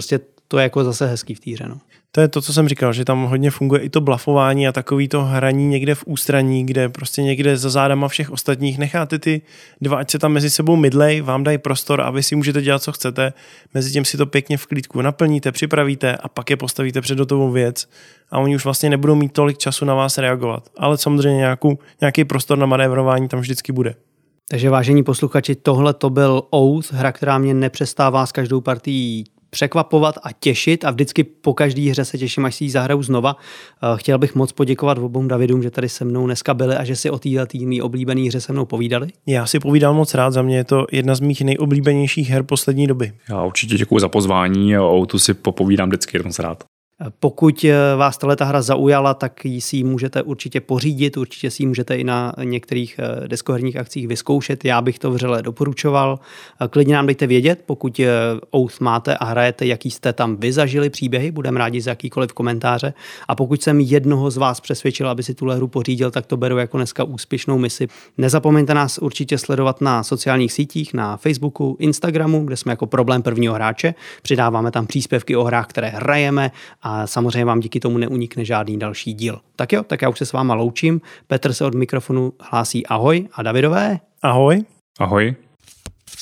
to je jako zase hezký v té hře. No. To je to, co jsem říkal, že tam hodně funguje i to blafování a takový to hraní někde v ústraní, kde prostě někde za zádama všech ostatních necháte ty dva, ať se tam mezi sebou mydlej, vám dají prostor a vy si můžete dělat, co chcete. Mezitím si to pěkně v klídku naplníte, připravíte a pak je postavíte před hotovou věc a oni už vlastně nebudou mít tolik času na vás reagovat. Ale samozřejmě nějaký prostor na manévrování tam vždycky bude. Takže vážení posluchači, tohle to byl Oath, hra, která mě nepřestává s každou partií překvapovat a těšit a vždycky po každý hře se těším, až si ji zahraju znova. Chtěl bych moc poděkovat obou Davidům, že tady se mnou dneska byli a že si o této mý oblíbený hře se mnou povídali. Já si povídal moc rád, za mě je to jedna z mých nejoblíbenějších her poslední doby. Já určitě děkuji za pozvání a o Outu si popovídám vždycky moc rád. Pokud vás tato hra zaujala, tak si ji můžete určitě pořídit, určitě si ji můžete i na některých deskoherních akcích vyzkoušet, já bych to vřele doporučoval. Klidně nám dejte vědět, pokud Oath máte a hrajete, jaký jste tam vy zažili příběhy, budeme rádi za jakýkoliv komentáře. A pokud jsem jednoho z vás přesvědčil, aby si tuhle hru pořídil, tak to beru jako dneska úspěšnou misi. Nezapomeňte nás určitě sledovat na sociálních sítích, na Facebooku, Instagramu, kde jsme jako Problém prvního hráče, přidáváme tam příspěvky o hrách, které hrajeme a samozřejmě vám díky tomu neunikne žádný další díl. Tak jo, tak já už se s váma loučím. Petr se od mikrofonu hlásí ahoj a Davidové. Ahoj. Ahoj.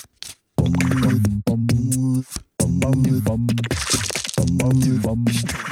Bum, bum, bum, bum, bum, bum, bum, bum, bum.